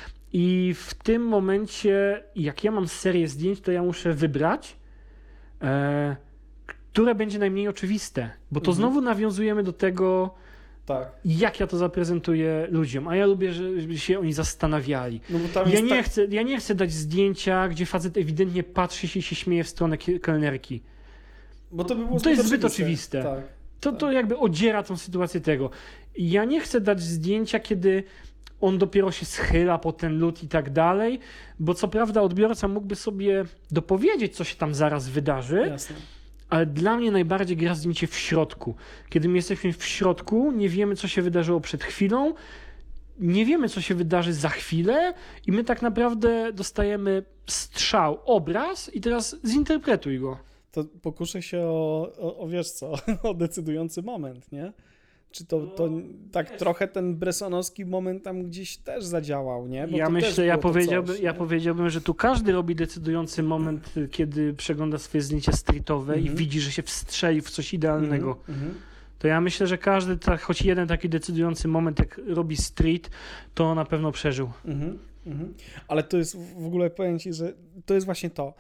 i w tym momencie, jak ja mam serię zdjęć, to ja muszę wybrać, e, które będzie najmniej oczywiste, bo to mhm. znowu nawiązujemy do tego, tak. jak ja to zaprezentuję ludziom, a ja lubię, żeby się oni zastanawiali. No bo tam ja, nie tak... chcę, ja nie chcę dać zdjęcia, gdzie facet ewidentnie patrzy się i się śmieje w stronę kelnerki. Bo to by było to jest zbyt oczywiste. Tak. To, to jakby odziera tą sytuację tego. Ja nie chcę dać zdjęcia, kiedy on dopiero się schyla po ten lód i tak dalej, bo co prawda odbiorca mógłby sobie dopowiedzieć, co się tam zaraz wydarzy, Jasne. ale dla mnie najbardziej gra zdjęcie w środku. Kiedy my jesteśmy w środku, nie wiemy, co się wydarzyło przed chwilą, nie wiemy, co się wydarzy za chwilę i my tak naprawdę dostajemy strzał, obraz i teraz zinterpretuj go. To pokuszę się o, o, o wiesz co, o decydujący moment, nie? Czy to, to tak trochę ten bresonowski moment tam gdzieś też zadziałał, nie? Bo ja to myślę, ja, powiedziałbym, coś, ja powiedziałbym, że tu każdy robi decydujący moment, kiedy przegląda swoje zdjęcia streetowe mm-hmm. i widzi, że się wstrzeli w coś idealnego. Mm-hmm. To ja myślę, że każdy, tak, choć jeden taki decydujący moment, jak robi street, to na pewno przeżył. Mm-hmm. Mm-hmm. Ale to jest w ogóle, powiem ci, że to jest właśnie to.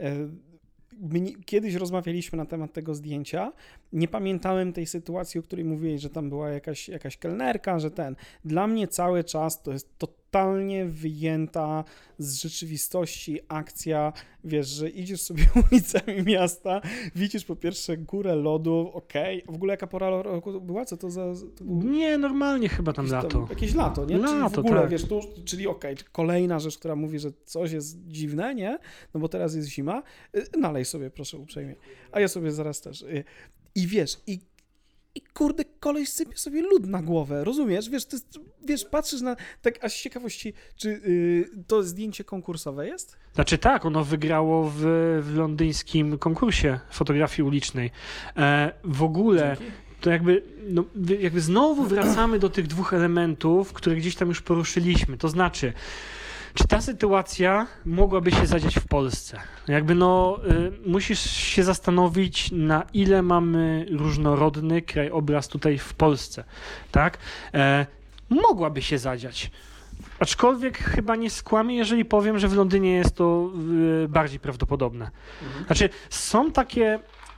Kiedyś rozmawialiśmy na temat tego zdjęcia, nie pamiętałem tej sytuacji, o której mówiłeś, że tam była jakaś, jakaś kelnerka, że ten. Dla mnie cały czas to jest totalnie wyjęta z rzeczywistości akcja, wiesz, że idziesz sobie ulicami miasta, widzisz po pierwsze górę lodu, okej, okay. W ogóle jaka pora roku była? Co to za... To był... Nie, normalnie chyba tam jakieś lato. Tam, jakieś lato, nie? Lato, czyli w ogóle, tak. wiesz, tu, czyli okej, okay, kolejna rzecz, która mówi, że coś jest dziwne, nie? No bo teraz jest zima, nalej sobie proszę uprzejmie, a ja sobie zaraz też. I wiesz, i I kurde, koleś sypie sobie lód na głowę, rozumiesz? Wiesz, to jest, wiesz, patrzysz na... Tak, aż z ciekawości, czy yy, to zdjęcie konkursowe jest? Znaczy tak, ono wygrało w, w londyńskim konkursie fotografii ulicznej. E, w ogóle... Dzięki. To jakby, no, jakby znowu wracamy do tych dwóch elementów, które gdzieś tam już poruszyliśmy. To znaczy, czy ta sytuacja mogłaby się zadziać w Polsce? Jakby no, y, musisz się zastanowić, na ile mamy różnorodny krajobraz tutaj w Polsce, tak? E, mogłaby się zadziać. Aczkolwiek chyba nie skłamię, jeżeli powiem, że w Londynie jest to y, bardziej prawdopodobne. Mhm. Znaczy, są takie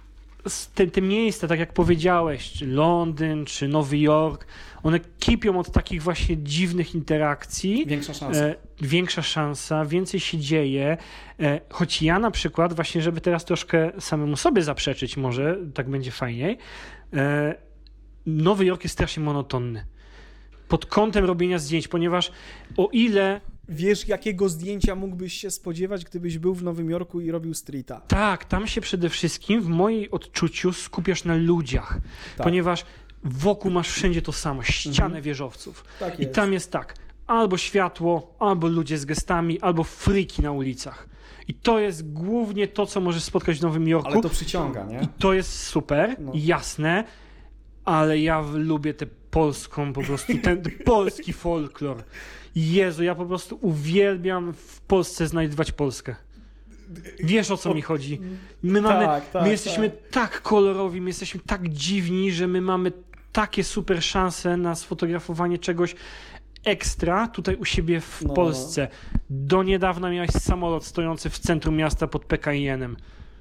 te, te miejsca, tak jak powiedziałeś, czy Londyn, czy Nowy Jork, one kipią od takich właśnie dziwnych interakcji. Większa szansa. E, większa szansa, więcej się dzieje. E, choć ja na przykład, właśnie żeby teraz troszkę samemu sobie zaprzeczyć może, tak będzie fajniej, e, Nowy Jork jest strasznie monotonny. Pod kątem robienia zdjęć, ponieważ o ile... Wiesz, jakiego zdjęcia mógłbyś się spodziewać, gdybyś był w Nowym Jorku i robił streeta? Tak, tam się przede wszystkim w moim odczuciu skupiasz na ludziach, tak. Ponieważ wokół masz wszędzie to samo, ścianę mhm. wieżowców. Tak I jest. tam jest tak, albo światło, albo ludzie z gestami, albo freaki na ulicach. I to jest głównie to, co możesz spotkać w Nowym Jorku. Ale to przyciąga, nie? I to jest super, no. Jasne. ale ja lubię tę polską po prostu, ten polski folklor. Jezu, ja po prostu uwielbiam w Polsce znajdywać Polskę. Wiesz, o co mi chodzi. My mamy, tak, tak, my jesteśmy tak. tak kolorowi, my jesteśmy tak dziwni, że my mamy takie super szanse na sfotografowanie czegoś ekstra tutaj u siebie w no, Polsce. Do niedawna miałeś samolot stojący w centrum miasta pod P K I N-em.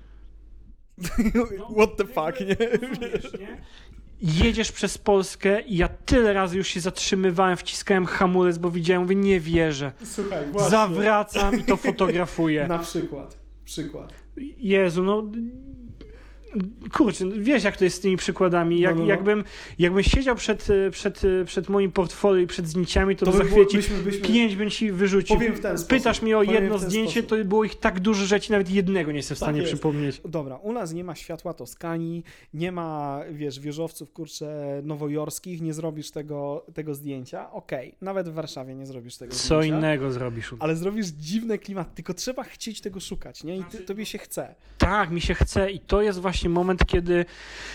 What the fuck, nie? Rozumiesz, nie? Jedziesz przez Polskę i ja tyle razy już się zatrzymywałem, wciskałem hamulec, bo widziałem, mówię, nie wierzę. Słuchaj, właśnie. Zawracam i to fotografuję. Na przykład. Przykład. Jezu, no... Kurczę, wiesz jak to jest z tymi przykładami. Jak, no, no, no. Jakbym, jakbym siedział przed, przed, przed moim portfolio i przed zdjęciami, to, to to by za było, chwilę byśmy, byśmy... pięć bym ci wyrzucił. Powiem w ten sposób. Pytasz mnie o Powiem jedno zdjęcie, sposób. to było ich tak dużo, że ci nawet jednego nie jestem w stanie tak przypomnieć. Dobra, u nas nie ma światła Toskanii, nie ma, wiesz, wieżowców, kurczę, nowojorskich, nie zrobisz tego, tego zdjęcia. Okej, okay. Nawet w Warszawie nie zrobisz tego Co zdjęcia. Co innego zrobisz. Ale zrobisz dziwny klimat, tylko trzeba chcieć tego szukać, nie? I ty, tobie się chce. Tak, mi się chce i to jest właśnie moment, kiedy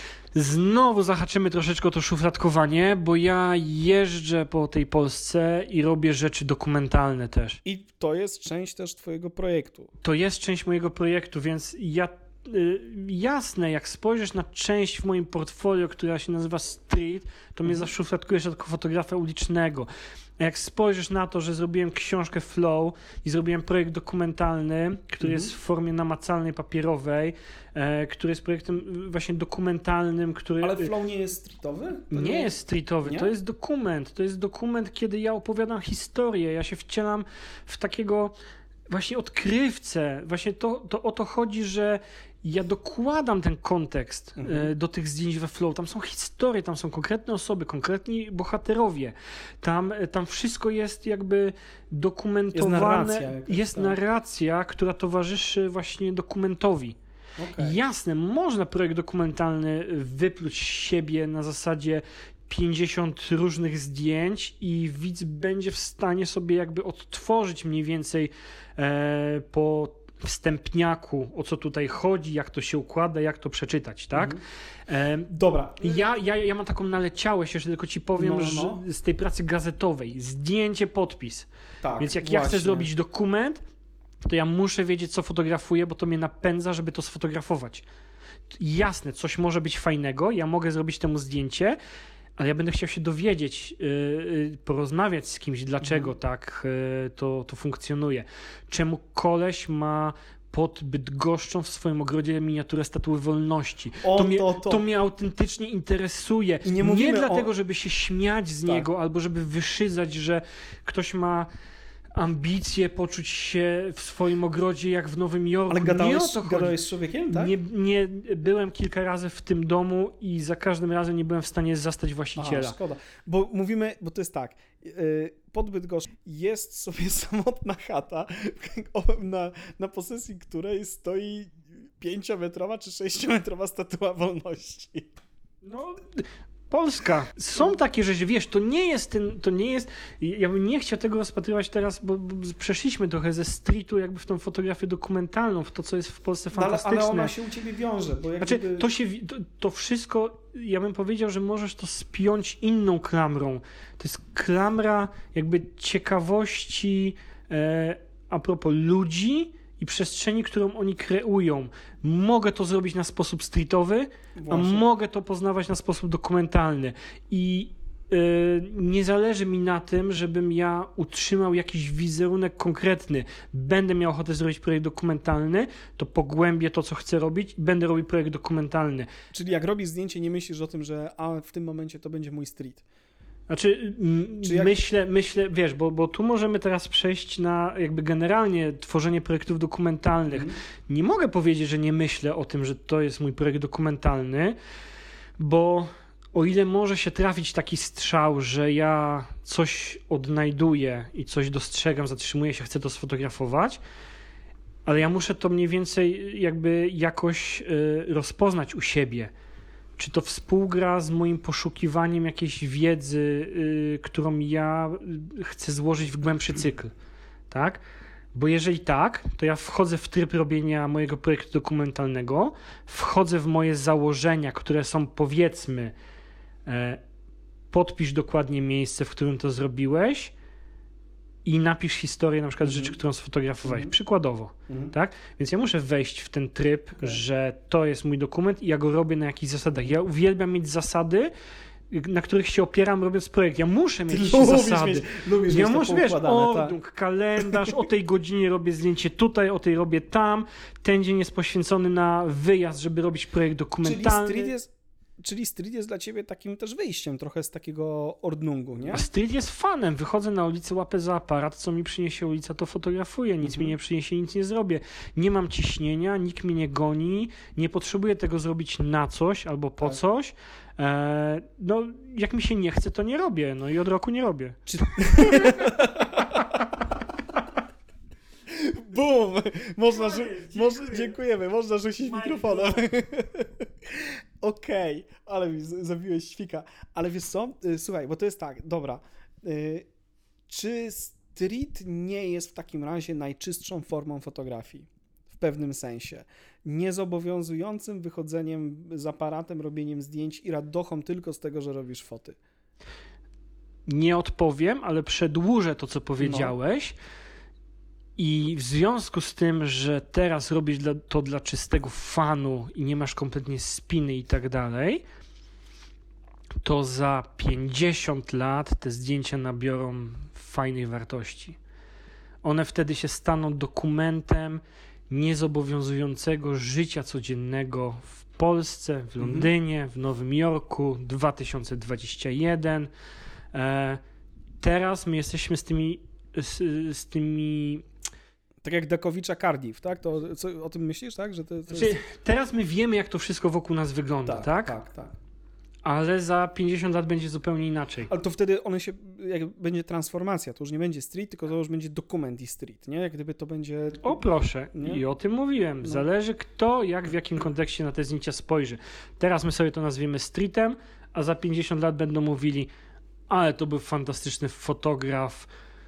znowu zahaczymy troszeczkę o to szufladkowanie, bo ja jeżdżę po tej Polsce i robię rzeczy dokumentalne też. I to jest część też twojego projektu. To jest część mojego projektu, więc ja y, jasne, jak spojrzysz na część w moim portfolio, która się nazywa Street, to mnie zaszufladkujesz jako fotografa ulicznego. A jak spojrzysz na to, że zrobiłem książkę Flow i zrobiłem projekt dokumentalny, który mhm. jest w formie namacalnej, papierowej, e, który jest projektem właśnie dokumentalnym, który... Ale Flow nie jest streetowy? Nie, nie jest streetowy, nie? To jest dokument. To jest dokument, kiedy ja opowiadam historię, ja się wcielam w takiego właśnie odkrywcę. Właśnie to, to o to chodzi, że ja dokładam ten kontekst mhm. do tych zdjęć we Flow. Tam są historie, tam są konkretne osoby, konkretni bohaterowie. Tam, tam wszystko jest jakby dokumentowane. Jest narracja, jakaś, jest tak. narracja, która towarzyszy właśnie dokumentowi. Okay. Jasne, można projekt dokumentalny wypluć z siebie na zasadzie pięćdziesiąt różnych zdjęć i widz będzie w stanie sobie jakby odtworzyć mniej więcej e, po wstępniaku, o co tutaj chodzi, jak to się układa, jak to przeczytać, tak? Mhm. E, Dobra. Ja, ja, ja mam taką naleciałość, jeszcze tylko ci powiem, no, no. że z tej pracy gazetowej, zdjęcie, podpis. Tak, Więc jak właśnie. ja chcę zrobić dokument, to ja muszę wiedzieć, co fotografuję, bo to mnie napędza, żeby to sfotografować. Jasne, coś może być fajnego, ja mogę zrobić temu zdjęcie, ale ja będę chciał się dowiedzieć, yy, porozmawiać z kimś, dlaczego mhm. tak yy, to, to funkcjonuje. Czemu koleś ma pod Bydgoszczą w swoim ogrodzie miniaturę Statuły Wolności. O, to, mnie, to, to. to mnie autentycznie interesuje. I nie mówimy nie dlatego, o... żeby się śmiać z tak. niego, albo żeby wyszydzać, że ktoś ma ambicje poczuć się w swoim ogrodzie jak w Nowym Jorku. Ale gadałeś, nie o to gadałeś z człowiekiem, tak? Nie, nie, byłem kilka razy w tym domu i za każdym razem nie byłem w stanie zastać właściciela. Aha, szkoda, bo mówimy, bo to jest tak, pod Bydgoszczą jest sobie samotna chata, na, na posesji której stoi pięciometrowa czy sześciometrowa Statua Wolności. No... Polska. Są takie rzeczy, wiesz, to nie jest ten, to nie jest, ja bym nie chciał tego rozpatrywać teraz, bo, bo przeszliśmy trochę ze streetu jakby w tą fotografię dokumentalną, w to, co jest w Polsce fantastyczne. No, ale, ale ona się u ciebie wiąże, bo jak znaczy, gdyby... to się, to, to wszystko, ja bym powiedział, że możesz to spiąć inną klamrą. To jest klamra jakby ciekawości e, a propos ludzi i przestrzeni, którą oni kreują. Mogę to zrobić na sposób streetowy, Właśnie. a mogę to poznawać na sposób dokumentalny. I yy, nie zależy mi na tym, żebym ja utrzymał jakiś wizerunek konkretny. Będę miał ochotę zrobić projekt dokumentalny, to pogłębię to, co chcę robić i będę robił projekt dokumentalny. Czyli jak robisz zdjęcie, nie myślisz o tym, że a w tym momencie to będzie mój street. Znaczy, Czy jak... myślę, myślę, wiesz, bo, bo tu możemy teraz przejść na jakby generalnie tworzenie projektów dokumentalnych. Mm. Nie mogę powiedzieć, że nie myślę o tym, że to jest mój projekt dokumentalny, bo o ile może się trafić taki strzał, że ja coś odnajduję i coś dostrzegam, zatrzymuję się, chcę to sfotografować, ale ja muszę to mniej więcej jakby jakoś y, rozpoznać u siebie. Czy to współgra z moim poszukiwaniem jakiejś wiedzy, yy, którą ja chcę złożyć w głębszy cykl, tak? Bo jeżeli tak, to ja wchodzę w tryb robienia mojego projektu dokumentalnego, wchodzę w moje założenia, które są powiedzmy podpisz dokładnie miejsce, w którym to zrobiłeś i napisz historię na przykład mm-hmm. rzeczy, którą sfotografowałeś. Mm-hmm. Przykładowo. Mm-hmm. Tak? Więc ja muszę wejść w ten tryb, okay. że to jest mój dokument i ja go robię na jakichś zasadach. Ja uwielbiam mieć zasady, na których się opieram, robiąc projekt. Ja muszę mieć Ty zasady. Mieć, lubisz ja mieć muszę, wiesz, ordnung, tak? kalendarz, o tej godzinie robię zdjęcie tutaj, o tej robię tam. Ten dzień jest poświęcony na wyjazd, żeby robić projekt dokumentalny. Czyli street jest, czyli street jest dla ciebie takim też wyjściem trochę z takiego ordnungu, nie? A street jest fanem. Wychodzę na ulicę, łapę za aparat, co mi przyniesie ulica, to fotografuję. Nic mhm. mi nie przyniesie, nic nie zrobię. Nie mam ciśnienia, nikt mnie nie goni, nie potrzebuję tego zrobić na coś albo po tak. coś. Eee, no, jak mi się nie chce, to nie robię. No i od roku nie robię. Czy... Bum! Można rzu- Można, dziękujemy, można rzucić mikrofonem. Okej, okay, ale mi zabiłeś świka. Ale wiesz co? Słuchaj, bo to jest tak, dobra. Czy street nie jest w takim razie najczystszą formą fotografii? W pewnym sensie. Niezobowiązującym wychodzeniem z aparatem, robieniem zdjęć i radochą tylko z tego, że robisz foty. Nie odpowiem, ale przedłużę to, co powiedziałeś. No. I w związku z tym, że teraz robisz dla, to dla czystego fanu i nie masz kompletnie spiny i tak dalej, to za pięćdziesiąt lat te zdjęcia nabiorą fajnej wartości. One wtedy się staną dokumentem niezobowiązującego życia codziennego w Polsce, w Londynie, w Nowym Jorku, dwa tysiące dwudziesty pierwszy. E, teraz my jesteśmy z tymi, z, z tymi tak jak Dekowicza Cardiff, tak? To co, o tym myślisz, tak? Że to, to znaczy, jest... Teraz my wiemy, jak to wszystko wokół nas wygląda, tak? Tak, tak, tak. Ale za pięćdziesiąt lat będzie zupełnie inaczej. Ale to wtedy one się, jak będzie transformacja, to już nie będzie street, tylko to już będzie dokument i street, nie? Jak gdyby to będzie... O proszę, nie? I o tym mówiłem. No. Zależy kto, jak, w jakim kontekście na te zdjęcia spojrzy. Teraz my sobie to nazwiemy streetem, a za pięćdziesiąt lat będą mówili, ale to był fantastyczny fotograf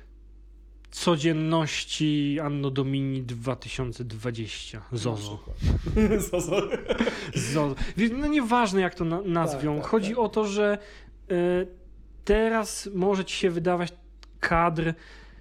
codzienności Anno Domini dwa tysiące dwudziesty. Zozo. Zozo. Zozo. No nieważne jak to na- nazwią. Tak, tak, Chodzi tak. o to, że y, teraz może ci się wydawać kadr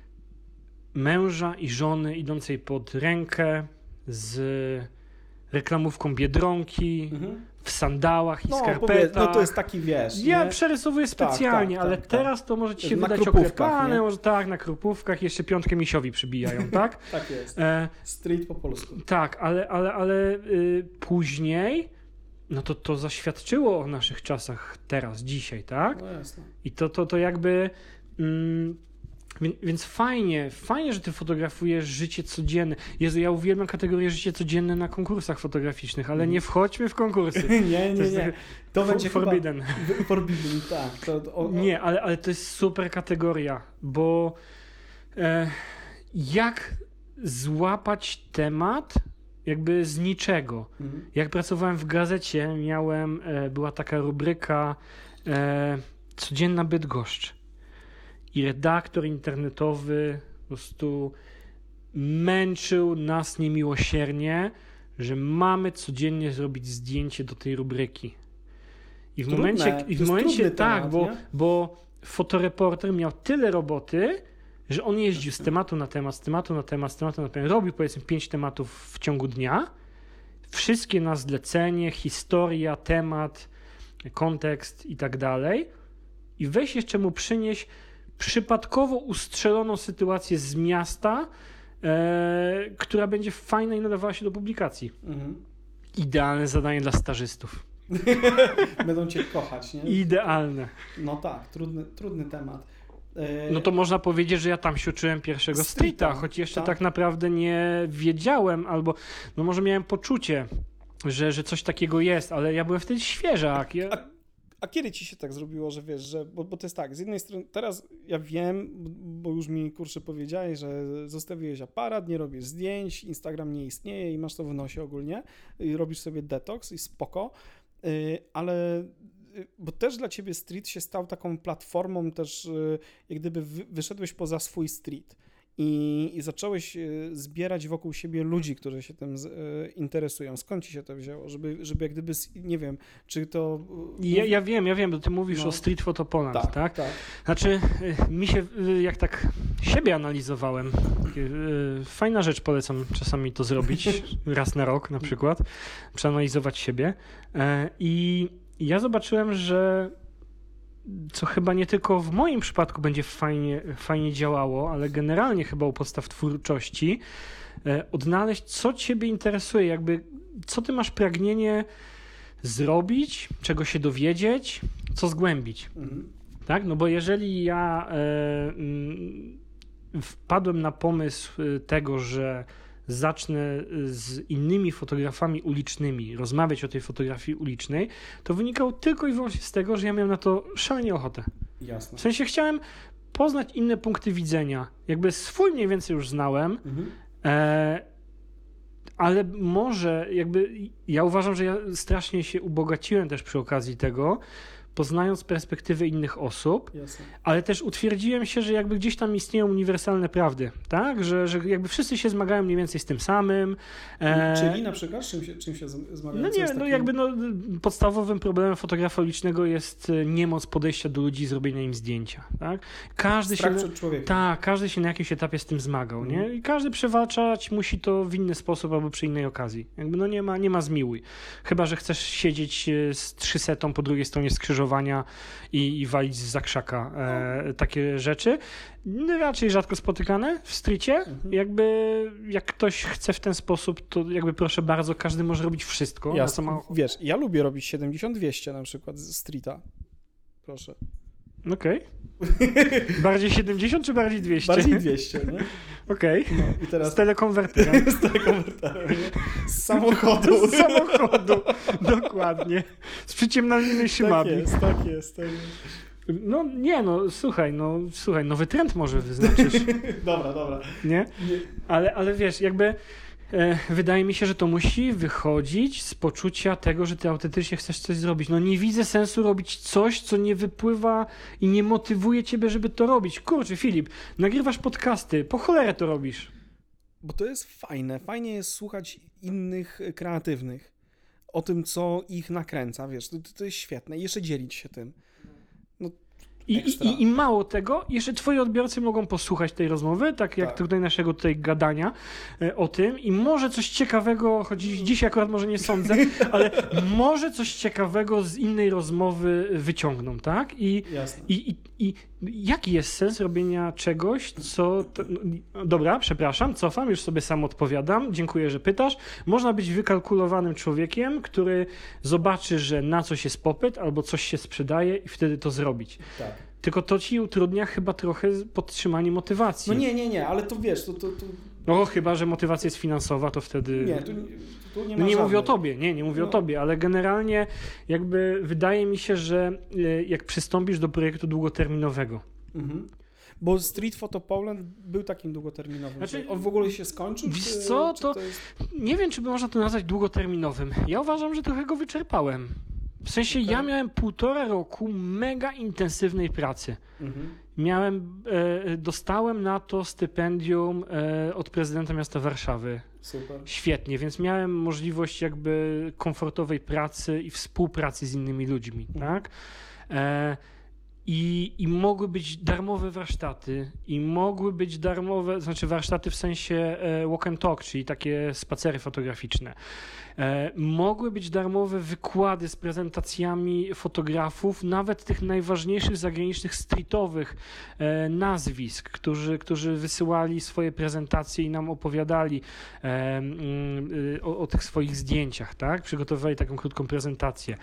męża i żony idącej pod rękę z reklamówką Biedronki, mhm. w sandałach i no, skarpetach. Powiedz, no to jest taki, wiesz... Ja nie? przerysowuję specjalnie, tak, tak, ale tak, teraz tak. to może ci się na wydać oklepane, może tak, na krupówkach, jeszcze piątkę misiowi przybijają, tak? Tak jest. E, Street po polsku. Tak, ale, ale, ale y, później, no to to zaświadczyło o naszych czasach teraz, dzisiaj, tak? No jasne. I to, to, to jakby... Mm, Więc fajnie, fajnie, że ty fotografujesz życie codzienne. Jezu, ja uwielbiam kategorię życie codzienne na konkursach fotograficznych, ale nie wchodźmy w konkursy. nie, nie, nie. To będzie forbidden. Chyba forbidden, tak. To, to, o, o. Nie, ale, ale to jest super kategoria, bo e, jak złapać temat jakby z niczego. Mhm. Jak pracowałem w gazecie, miałem, e, była taka rubryka e, Codzienna Bydgoszcz. I redaktor internetowy po prostu męczył nas niemiłosiernie, że mamy codziennie zrobić zdjęcie do tej rubryki. I w trudne, momencie, i w momencie tak, temat, bo, bo fotoreporter miał tyle roboty, że on jeździł z tematu na temat, z tematu na temat, z tematu na temat, robił powiedzmy pięć tematów w ciągu dnia, wszystkie na zlecenie, historia, temat, kontekst i tak dalej. I weź jeszcze mu przynieść przypadkowo ustrzeloną sytuację z miasta, e, która będzie fajna i nadawała się do publikacji. Mhm. Idealne zadanie dla stażystów. Będą cię kochać, nie? Idealne. No tak, trudny, trudny temat. E... No to można powiedzieć, że ja tam się uczyłem pierwszego streeta, streeta choć jeszcze tak. tak naprawdę nie wiedziałem, albo no może miałem poczucie, że, że coś takiego jest, ale ja byłem wtedy świeżak. Ja... A... A kiedy ci się tak zrobiło, że wiesz, że, bo, bo to jest tak, z jednej strony, teraz ja wiem, bo już mi kurczę powiedziałeś, że zostawiłeś aparat, nie robisz zdjęć, Instagram nie istnieje i masz to w nosie ogólnie i robisz sobie detoks i spoko, yy, ale bo też dla ciebie street się stał taką platformą też, yy, jak gdyby wy, wyszedłeś poza swój street i, i zacząłeś zbierać wokół siebie ludzi, którzy się tym z, e, interesują. Skąd ci się to wzięło? Żeby, żeby jak gdyby, nie wiem, czy to... Ja, ja wiem, ja wiem, bo ty mówisz no. o Street Photo Poland, tak, tak? tak? Znaczy, mi się, jak tak siebie analizowałem, fajna rzecz, polecam czasami to zrobić, raz na rok na przykład, przeanalizować siebie i ja zobaczyłem, że co chyba nie tylko w moim przypadku będzie fajnie, fajnie działało, ale generalnie chyba u podstaw twórczości, e, odnaleźć, co ciebie interesuje, jakby co ty masz pragnienie zrobić, czego się dowiedzieć, co zgłębić. Mhm. Tak? No bo jeżeli ja e, m, wpadłem na pomysł tego, że zacznę z innymi fotografami ulicznymi rozmawiać o tej fotografii ulicznej, to wynikało tylko i wyłącznie z tego, że ja miałem na to szalenie ochotę. Jasne. W sensie chciałem poznać inne punkty widzenia. Jakby swój mniej więcej już znałem, mhm. e, ale może jakby ja uważam, że ja strasznie się ubogaciłem też przy okazji tego, poznając perspektywy innych osób, Jasne. ale też utwierdziłem się, że jakby gdzieś tam istnieją uniwersalne prawdy, tak? Że, że jakby wszyscy się zmagają mniej więcej z tym samym. E... Czyli na przykład czym się, czym się zmagają? No nie, no takim... jakby no, podstawowym problemem fotografa ulicznego jest niemoc podejścia do ludzi i zrobienia im zdjęcia, tak? Każdy Strach się, przed człowiekiem. Tak, każdy się na jakimś etapie z tym zmagał, mm. nie? I każdy przewalczać musi to w inny sposób albo przy innej okazji. Jakby no nie ma, nie ma zmiłuj. Chyba że chcesz siedzieć z trzysetą po drugiej stronie skrzyżowania i, i walić z zakrzaka e, takie rzeczy. No, raczej rzadko spotykane w streetie. Mhm. Jakby jak ktoś chce w ten sposób, to jakby proszę bardzo, każdy może robić wszystko. Ja, co ma... Wiesz, ja lubię robić siedemdziesiąt dwieście na przykład z streeta. Proszę. Okej. Okay. Bardziej siedemdziesiąt czy bardziej dwieście? Bardziej dwieście, nie? Okej. Okay. No, i teraz... Z telekonwerterem. Z telekonwerterem, Z samochodu. Z samochodu, dokładnie. Z przyciemnanymi szybami. Tak jest, tak jest. Tak jest. No nie, no słuchaj, no słuchaj, nowy trend może wyznaczysz. Dobra, dobra. Nie? nie. Ale, ale wiesz, jakby e, wydaje mi się, że to musi wychodzić z poczucia tego, że ty autentycznie chcesz coś zrobić. No nie widzę sensu robić coś, co nie wypływa i nie motywuje ciebie, żeby to robić. Kurczę, Filip, nagrywasz podcasty, po cholerę to robisz. Bo to jest fajne. Fajnie jest słuchać innych kreatywnych. O tym, co ich nakręca, wiesz, to, to jest świetne. I jeszcze dzielić się tym. No, I, i, I mało tego, jeszcze twoi odbiorcy mogą posłuchać tej rozmowy, tak jak tak. tutaj naszego tutaj gadania e, o tym i może coś ciekawego, choć dzisiaj akurat może nie sądzę, ale może coś ciekawego z innej rozmowy wyciągną, tak? I, Jasne. i, i, i jaki jest sens robienia czegoś, co... To, no, dobra, przepraszam, cofam, już sobie sam odpowiadam, dziękuję, że pytasz. Można być wykalkulowanym człowiekiem, który zobaczy, że na coś jest popyt albo coś się sprzedaje i wtedy to zrobić. Tak. Tylko to ci utrudnia chyba trochę podtrzymanie motywacji. No nie, nie, nie, ale to wiesz, to... to, to... No chyba, że motywacja jest finansowa, to wtedy... Nie, tu, tu nie ma Nie żadnej. mówię o tobie, nie, nie mówię no. o tobie, ale generalnie jakby wydaje mi się, że jak przystąpisz do projektu długoterminowego. Mhm. Bo Street Photo Poland był takim długoterminowym. Znaczy, on w ogóle się skończył? Wiesz czy, co, czy to, to jest... nie wiem, czy by można to nazwać długoterminowym. Ja uważam, że trochę go wyczerpałem. W sensie okay. ja miałem półtora roku mega intensywnej pracy. Mhm. Miałem, e, dostałem na to stypendium e, od prezydenta miasta Warszawy. Super. Świetnie, więc miałem możliwość jakby komfortowej pracy i współpracy z innymi ludźmi, mhm. tak? E, I, I mogły być darmowe warsztaty, i mogły być darmowe, znaczy warsztaty w sensie e, walk and talk, czyli takie spacery fotograficzne. E, mogły być darmowe wykłady z prezentacjami fotografów, nawet tych najważniejszych zagranicznych streetowych e, nazwisk, którzy, którzy wysyłali swoje prezentacje i nam opowiadali e, e, o, o tych swoich zdjęciach, tak? Przygotowywali taką krótką prezentację.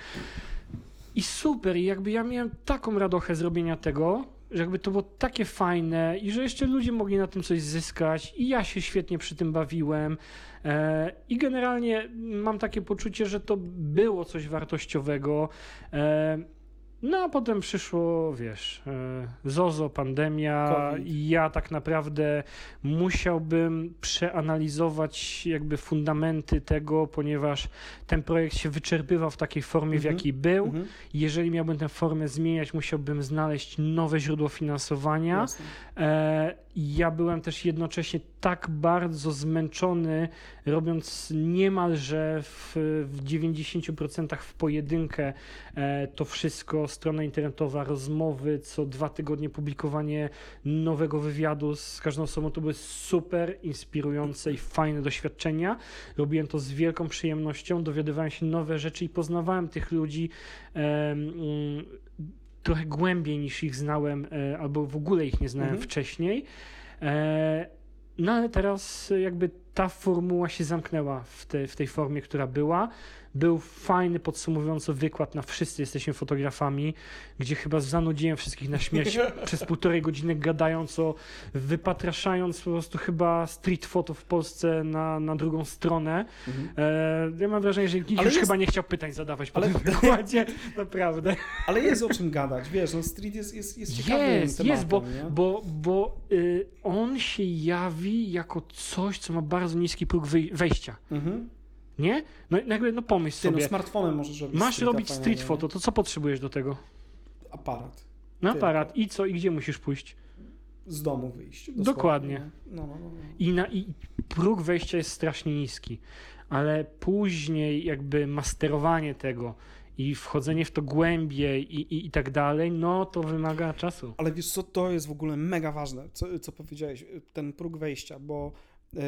I super, i jakby ja miałem taką radochę zrobienia tego, że jakby to było takie fajne i że jeszcze ludzie mogli na tym coś zyskać i ja się świetnie przy tym bawiłem e, i generalnie mam takie poczucie, że to było coś wartościowego. E, No a potem przyszło, wiesz, Zozo, pandemia COVID. i ja tak naprawdę musiałbym przeanalizować jakby fundamenty tego, ponieważ ten projekt się wyczerpywał w takiej formie, Mhm. w jakiej był. Mhm. Jeżeli miałbym tę formę zmieniać, musiałbym znaleźć nowe źródło finansowania. Jasne. E, ja byłem też jednocześnie tak bardzo zmęczony, robiąc niemalże w, w dziewięćdziesięciu procentach w pojedynkę e, to wszystko, strona internetowa, rozmowy, co dwa tygodnie publikowanie nowego wywiadu z każdą osobą, to były super inspirujące i fajne doświadczenia. Robiłem to z wielką przyjemnością, dowiadywałem się nowe rzeczy i poznawałem tych ludzi e, mm, trochę głębiej niż ich znałem, e, albo w ogóle ich nie znałem Mhm. wcześniej. E, no ale teraz jakby ta formuła się zamknęła w, te, w tej formie, która była. Był fajny, podsumowujący wykład na Wszyscy jesteśmy fotografami, gdzie chyba zanudziłem wszystkich na śmierć przez półtorej godziny gadając o, wypatraszając po prostu chyba street photo w Polsce na, na drugą stronę. Mhm. E, ja mam wrażenie, że nikt Ale już jest- chyba nie chciał pytań zadawać po Ale- tym wykładzie, naprawdę. Ale jest o czym gadać, wiesz, no street jest, jest, jest ciekawym Jest, tematem, jest, bo, nie? bo, bo y, on się jawi jako coś, co ma bardzo niski próg wyj- wejścia, Mhm. nie? No jakby, no pomyśl Ty, no sobie, smartfonem możesz robić masz streeta robić fajnego, street nie? photo, to co potrzebujesz do tego? Aparat. No Ty. aparat i co, i gdzie musisz pójść? Z domu wyjść. dosłownie, Dokładnie. nie? No, no, no. no. I, na, I próg wejścia jest strasznie niski, ale później jakby masterowanie tego i wchodzenie w to głębiej i, i, i tak dalej, no to wymaga czasu. Ale wiesz co, to jest w ogóle mega ważne, co, co powiedziałeś, ten próg wejścia, bo yy,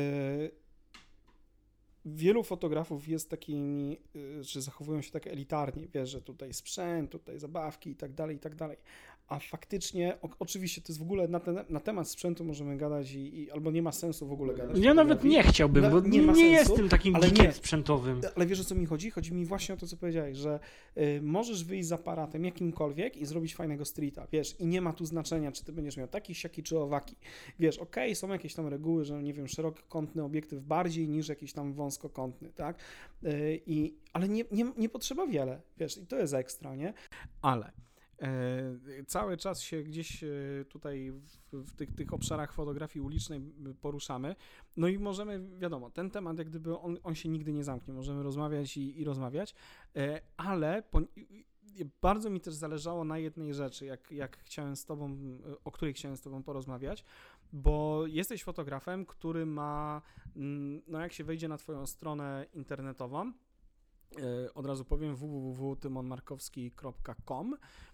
wielu fotografów jest takimi, yy, że zachowują się tak elitarnie, wiesz, że tutaj sprzęt, tutaj zabawki i tak dalej, i tak dalej, a faktycznie, o, oczywiście to jest w ogóle na, ten, na temat sprzętu możemy gadać i, i albo nie ma sensu w ogóle gadać. Ja nawet nie chciałbym, No, bo nie nie, ma nie sensu, jestem takim ale dzikiem nie. sprzętowym. Ale wiesz, o co mi chodzi? Chodzi mi właśnie o to, co powiedziałeś, że y, możesz wyjść z aparatem jakimkolwiek i zrobić fajnego streeta, wiesz, i nie ma tu znaczenia, czy ty będziesz miał taki, siaki, czy owaki. Wiesz, okej, są jakieś tam reguły, że nie wiem, szerokokątny obiektyw bardziej niż jakiś tam wąskokątny, tak? Y, i, ale nie, nie, nie potrzeba wiele, wiesz, i to jest ekstra, nie? Ale e, cały czas się gdzieś e, tutaj w, w tych, tych obszarach fotografii ulicznej poruszamy. No i możemy, wiadomo, ten temat jak gdyby on, on się nigdy nie zamknie. Możemy rozmawiać i, i rozmawiać, e, ale po, bardzo mi też zależało na jednej rzeczy, jak, jak chciałem z tobą, o której chciałem z tobą porozmawiać, bo jesteś fotografem, który ma, no jak się wejdzie na twoją stronę internetową, e, od razu powiem w w w kropka tymon markowski kropka com,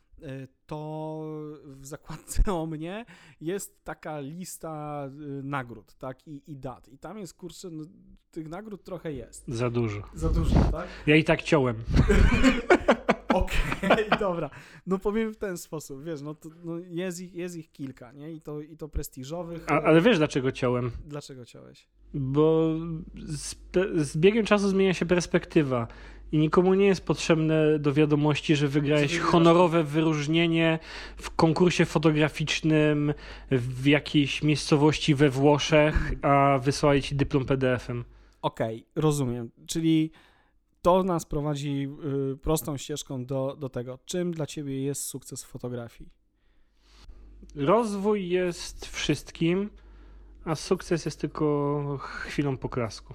to w zakładce o mnie jest taka lista nagród, tak, i, i dat. I tam jest, kurczę, no, tych nagród trochę jest. Za dużo. Za dużo, tak? Ja i tak ciąłem. Okej, okay, dobra. No powiem w ten sposób, wiesz, no, to, no jest, ich, jest ich kilka, nie? I to, i to prestiżowych. A, ale wiesz, dlaczego ciąłem? Dlaczego ciąłeś? Bo z, z biegiem czasu zmienia się perspektywa i nikomu nie jest potrzebne do wiadomości, że wygrałeś Że honorowe wyróżnienie w konkursie fotograficznym w jakiejś miejscowości we Włoszech, a wysłali ci dyplom P D F-em. Okej, okay, rozumiem. Czyli to nas prowadzi y, prostą ścieżką do, do tego, czym dla ciebie jest sukces w fotografii? Rozwój jest wszystkim, a sukces jest tylko chwilą poklasku.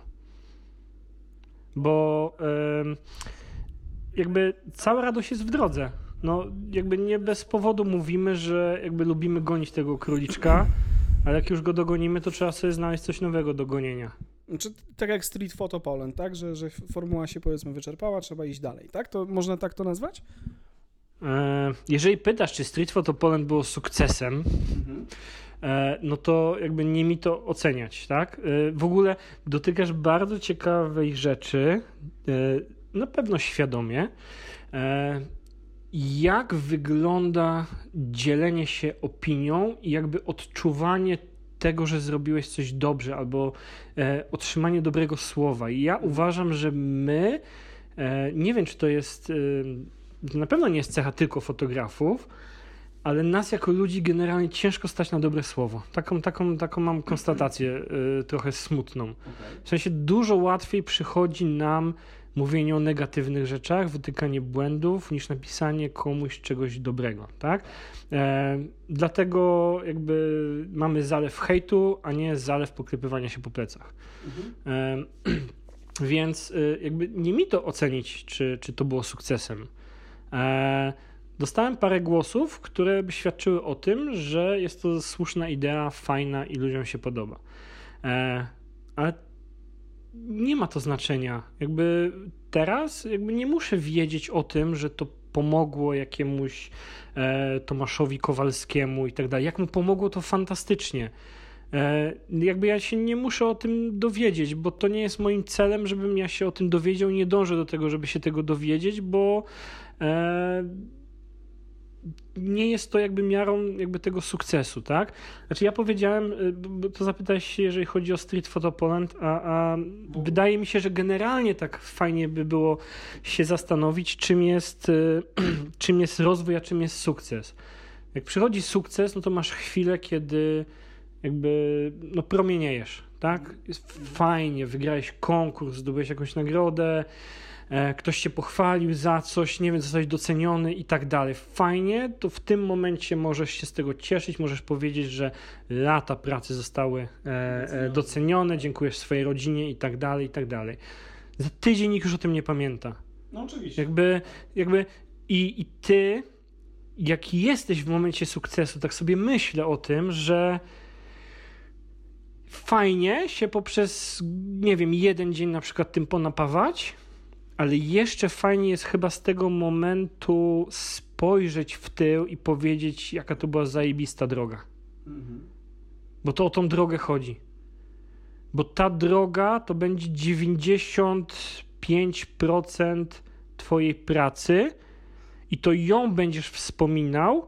Bo y, jakby cała radość jest w drodze. No jakby nie bez powodu mówimy, że jakby lubimy gonić tego króliczka, ale jak już go dogonimy, to trzeba sobie znaleźć coś nowego do gonienia. Znaczy, tak jak Street Photo Poland, tak? Że, że formuła się powiedzmy wyczerpała, trzeba iść dalej, tak? To można tak to nazwać? Jeżeli pytasz, czy Street Photo Poland było sukcesem, mhm. no to jakby nie mi to oceniać, tak? W ogóle dotykasz bardzo ciekawej rzeczy, na pewno świadomie, jak wygląda dzielenie się opinią i jakby odczuwanie tego, że zrobiłeś coś dobrze albo e, otrzymanie dobrego słowa. I ja uważam, że my, e, nie wiem, czy to jest, e, na pewno nie jest cecha tylko fotografów, ale nas jako ludzi generalnie ciężko stać na dobre słowo. Taką, taką, taką mam konstatację e, trochę smutną. W sensie dużo łatwiej przychodzi nam mówienie o negatywnych rzeczach, wytykanie błędów, niż napisanie komuś czegoś dobrego, tak? E, dlatego jakby mamy zalew hejtu, a nie zalew poklepywania się po plecach. Mhm. E, więc jakby nie mi to ocenić, czy, czy to było sukcesem. E, dostałem parę głosów, które by świadczyły o tym, że jest to słuszna idea, fajna i ludziom się podoba. E, ale nie ma to znaczenia. Jakby teraz jakby nie muszę wiedzieć o tym, że to pomogło jakiemuś e, Tomaszowi Kowalskiemu i tak dalej. Jak mu pomogło, to fantastycznie. E, jakby ja się nie muszę o tym dowiedzieć, bo to nie jest moim celem, żebym ja się o tym dowiedział. Nie dążę do tego, żeby się tego dowiedzieć, bo e, nie jest to jakby miarą jakby tego sukcesu, tak? Znaczy ja powiedziałem, to zapytałeś się, jeżeli chodzi o Street Photo Poland, a, a wydaje mi się, że generalnie tak fajnie by było się zastanowić, czym jest, czym jest rozwój, a czym jest sukces. Jak przychodzi sukces, no to masz chwilę, kiedy jakby no promieniejesz, tak? Jest fajnie, wygrałeś konkurs, zdobyłeś jakąś nagrodę, ktoś cię pochwalił za coś, nie wiem, zostałeś doceniony i tak dalej. Fajnie, to w tym momencie możesz się z tego cieszyć, możesz powiedzieć, że lata pracy zostały e, docenione, dziękujesz swojej rodzinie i tak dalej, i tak dalej. Za tydzień nikt już o tym nie pamięta. No oczywiście. Jakby, jakby i, i ty, jak jesteś w momencie sukcesu, tak sobie myślę o tym, że fajnie się poprzez, nie wiem, jeden dzień na przykład tym ponapawać, ale jeszcze fajnie jest chyba z tego momentu spojrzeć w tył i powiedzieć, jaka to była zajebista droga. Mhm. Bo to o tą drogę chodzi. Bo ta droga to będzie dziewięćdziesiąt pięć procent twojej pracy i to ją będziesz wspominał,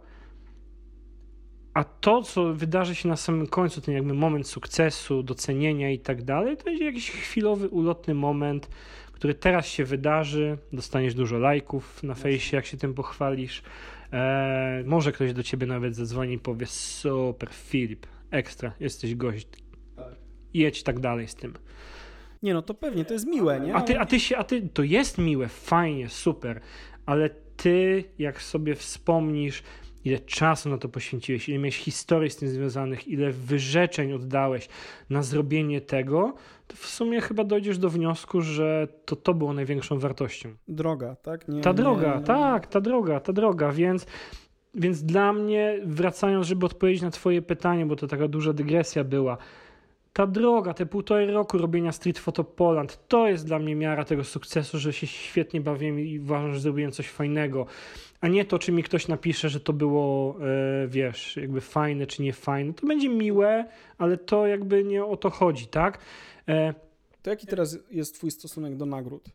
a to, co wydarzy się na samym końcu, ten jakby moment sukcesu, docenienia i tak dalej, to będzie jakiś chwilowy, ulotny moment, który teraz się wydarzy, dostaniesz dużo lajków na fejsie, jak się tym pochwalisz. Eee, może ktoś do ciebie nawet zadzwoni i powie: super, Filip, ekstra, jesteś gość. Tak. Jedź tak dalej z tym. Nie no, to pewnie, to jest miłe, nie? A ty, a ty się, a ty, to jest miłe, fajnie, super, ale ty, jak sobie wspomnisz, ile czasu na to poświęciłeś, ile miałeś historii z tym związanych, ile wyrzeczeń oddałeś na zrobienie tego, to w sumie chyba dojdziesz do wniosku, że to to było największą wartością. Droga, tak? Nie, ta droga, nie... tak, ta droga, ta droga, więc, więc dla mnie, wracając, żeby odpowiedzieć na twoje pytanie, bo to taka duża dygresja była, ta droga, te półtorej roku robienia Street Photo Poland, to jest dla mnie miara tego sukcesu, że się świetnie bawiłem i uważam, że zrobiłem coś fajnego, a nie to, czy mi ktoś napisze, że to było, e, wiesz, jakby fajne, czy nie fajne. To będzie miłe, ale to jakby nie o to chodzi, tak? E, to jaki teraz jest twój stosunek do nagród?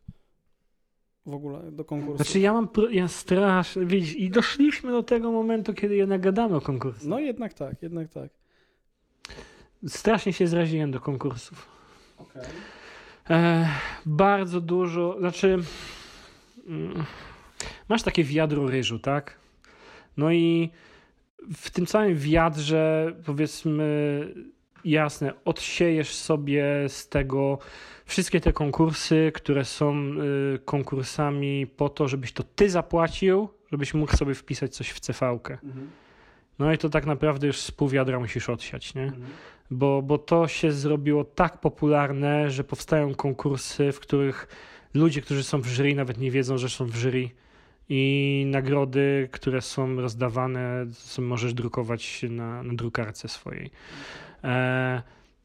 W ogóle, do konkursu? Znaczy ja mam, ja strasznie, widzisz, i doszliśmy do tego momentu, kiedy jednak gadamy o konkursie. No jednak tak, jednak tak. Strasznie się zraziłem do konkursów. Okay. E, bardzo dużo, znaczy mm, masz takie wiadro ryżu, tak? No i w tym całym wiadrze, powiedzmy, jasne, odsiejesz sobie z tego wszystkie te konkursy, które są y, konkursami po to, żebyś to ty zapłacił, żebyś mógł sobie wpisać coś w C V-kę. Mhm. No i to tak naprawdę już z pół wiadra musisz odsiać, nie? Mhm. Bo, bo to się zrobiło tak popularne, że powstają konkursy, w których ludzie, którzy są w jury, nawet nie wiedzą, że są w jury, i nagrody, które są rozdawane, są, możesz drukować na, na drukarce swojej. E,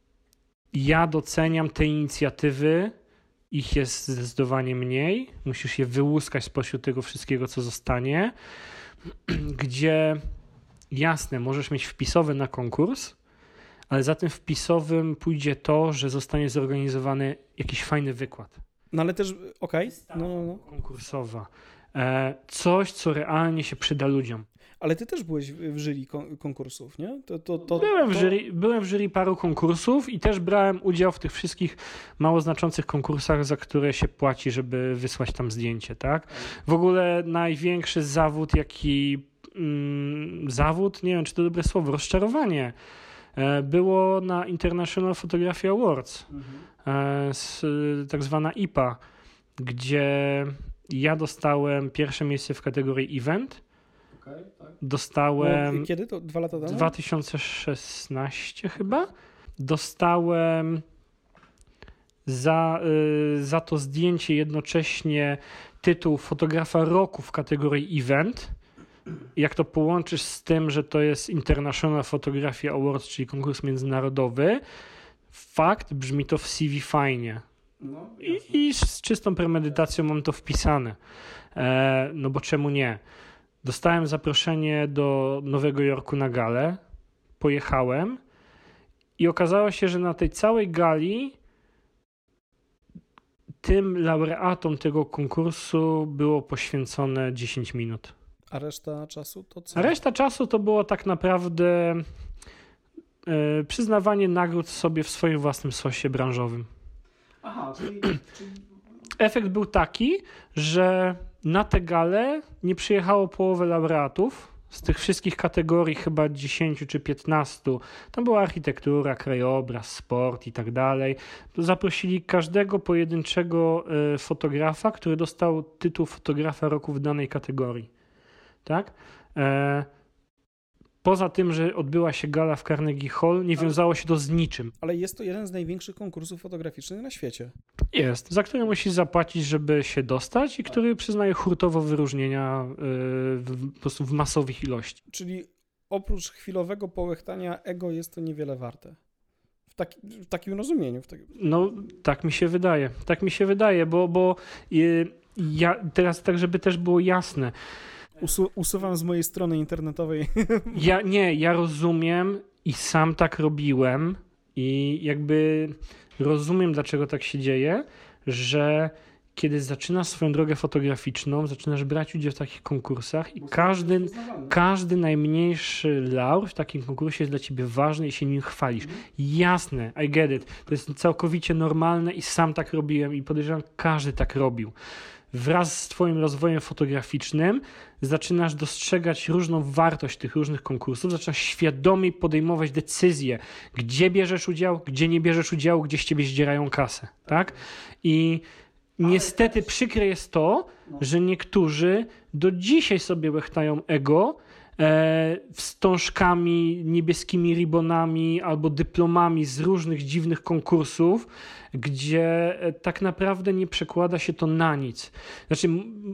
ja doceniam te inicjatywy, ich jest zdecydowanie mniej, musisz je wyłuskać spośród tego wszystkiego, co zostanie, gdzie jasne, możesz mieć wpisowy na konkurs, ale za tym wpisowym pójdzie to, że zostanie zorganizowany jakiś fajny wykład. No ale też, okej, okay. no, no, no. konkursowa. E, coś, co realnie się przyda ludziom. Ale ty też byłeś w jury konkursów, nie? To, to, to, byłem, to... W jury, byłem w jury paru konkursów i też brałem udział w tych wszystkich mało znaczących konkursach, za które się płaci, żeby wysłać tam zdjęcie, tak? W ogóle największy zawód, jaki mm, zawód, nie wiem, czy to dobre słowo, rozczarowanie, e, było na International Photography Awards, mhm. e, z, tak zwana I P A. gdzie ja dostałem pierwsze miejsce w kategorii event. Okay, tak. Dostałem... No, kiedy to? Dwa lata temu? dwa tysiące szesnaście chyba. Dostałem za, y, za to zdjęcie jednocześnie tytuł fotografa roku w kategorii event. Jak to połączysz z tym, że to jest International Photography Awards, czyli konkurs międzynarodowy, fakt, brzmi to w C V fajnie. No, I, I z czystą premedytacją mam to wpisane. E, no bo czemu nie? Dostałem zaproszenie do Nowego Jorku na galę. Pojechałem i okazało się, że na tej całej gali tym laureatom tego konkursu było poświęcone dziesięć minut. A reszta czasu to co? A reszta czasu to było tak naprawdę e, przyznawanie nagród sobie w swoim własnym sosie branżowym. Aha, czyli, czyli... Efekt był taki, że na tę galę nie przyjechało połowy laureatów. Z tych wszystkich kategorii chyba dziesięć czy piętnaście. Tam była architektura, krajobraz, sport i tak dalej. Zaprosili każdego pojedynczego e, fotografa, który dostał tytuł fotografa roku w danej kategorii. Tak? E, poza tym, że odbyła się gala w Carnegie Hall, nie wiązało się to z niczym. Ale jest to jeden z największych konkursów fotograficznych na świecie. Jest, za który musisz zapłacić, żeby się dostać i który przyznaje hurtowo wyróżnienia yy, w, po prostu w masowych ilości. Czyli oprócz chwilowego połechtania ego jest to niewiele warte. W, taki, w takim rozumieniu. W takim... No, tak mi się wydaje. Tak mi się wydaje, bo, bo yy, ja teraz tak, żeby też było jasne. Usu- usuwam z mojej strony internetowej. Ja nie, ja rozumiem i sam tak robiłem i jakby rozumiem, dlaczego tak się dzieje, że kiedy zaczynasz swoją drogę fotograficzną, zaczynasz brać udział w takich konkursach i każdy, każdy najmniejszy laur w takim konkursie jest dla ciebie ważny i się nim chwalisz. Mhm. Jasne, I get it. To jest całkowicie normalne i sam tak robiłem i podejrzewam, każdy tak robił. Wraz z twoim rozwojem fotograficznym zaczynasz dostrzegać różną wartość tych różnych konkursów, zaczynasz świadomie podejmować decyzje, gdzie bierzesz udział, gdzie nie bierzesz udziału, gdzie z ciebie zdzierają kasę, tak? I niestety przykre jest to, że niektórzy do dzisiaj sobie łechtają ego e, wstążkami, niebieskimi ribonami albo dyplomami z różnych dziwnych konkursów, gdzie tak naprawdę nie przekłada się to na nic. Znaczy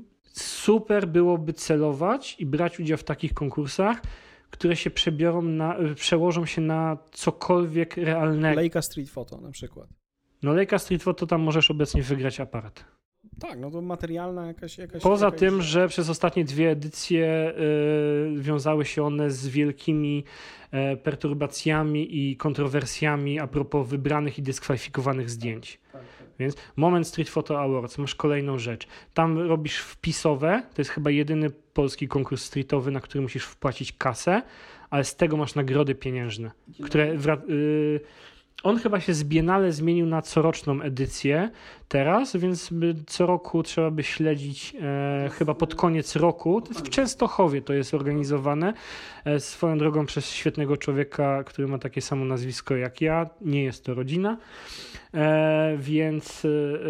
super byłoby celować i brać udział w takich konkursach, które się przebiorą na, przełożą się na cokolwiek realnego. Leica Street Photo na przykład. No Leica Street Photo tam możesz obecnie wygrać aparat. Tak, no to materialna jakaś... jakaś Poza jakaś... tym, że przez ostatnie dwie edycje y, wiązały się one z wielkimi y, perturbacjami i kontrowersjami a propos wybranych i dyskwalifikowanych zdjęć. Tak, tak. Więc Moment Street Photo Awards, masz kolejną rzecz. Tam robisz wpisowe, to jest chyba jedyny polski konkurs streetowy, na który musisz wpłacić kasę, ale z tego masz nagrody pieniężne, które... Wra- y, On chyba się z Biennale zmienił na coroczną edycję teraz, więc co roku trzeba by śledzić e, chyba pod koniec roku. To jest w Częstochowie to jest organizowane. E, swoją drogą przez świetnego człowieka, który ma takie samo nazwisko jak ja. Nie jest to rodzina. E, więc e,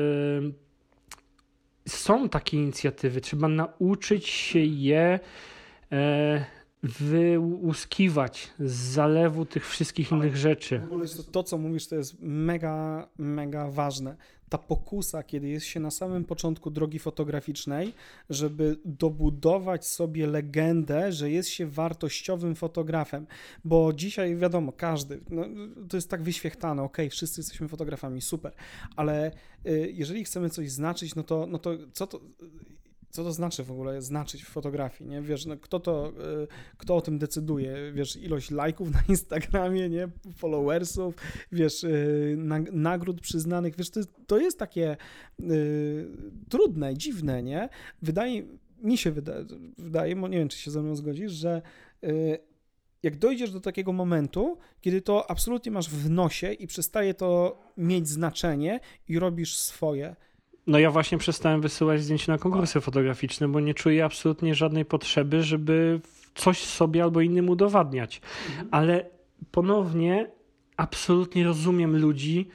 są takie inicjatywy. Trzeba nauczyć się je e, wyłuskiwać z zalewu tych wszystkich innych rzeczy. W ogóle to, to, co mówisz, to jest mega, mega ważne. Ta pokusa, kiedy jest się na samym początku drogi fotograficznej, żeby dobudować sobie legendę, że jest się wartościowym fotografem, bo dzisiaj wiadomo, każdy, no, to jest tak wyświechtane, okej, okay, wszyscy jesteśmy fotografami, super, ale y, jeżeli chcemy coś znaczyć, no to, no to co to... Co to znaczy w ogóle znaczyć w fotografii, nie? Wiesz, no kto to, kto o tym decyduje, wiesz, ilość lajków na Instagramie, nie? Followersów, wiesz, nagród przyznanych, wiesz, to, to jest takie y, trudne, dziwne, nie? Wydaje, mi się wydaje, wydaje, nie wiem, czy się ze mną zgodzisz, że y, jak dojdziesz do takiego momentu, kiedy to absolutnie masz w nosie i przestaje to mieć znaczenie i robisz swoje. No ja właśnie przestałem wysyłać zdjęć na konkursy fotograficzne, bo nie czuję absolutnie żadnej potrzeby, żeby coś sobie albo innym udowadniać. Mhm. Ale ponownie absolutnie rozumiem ludzi,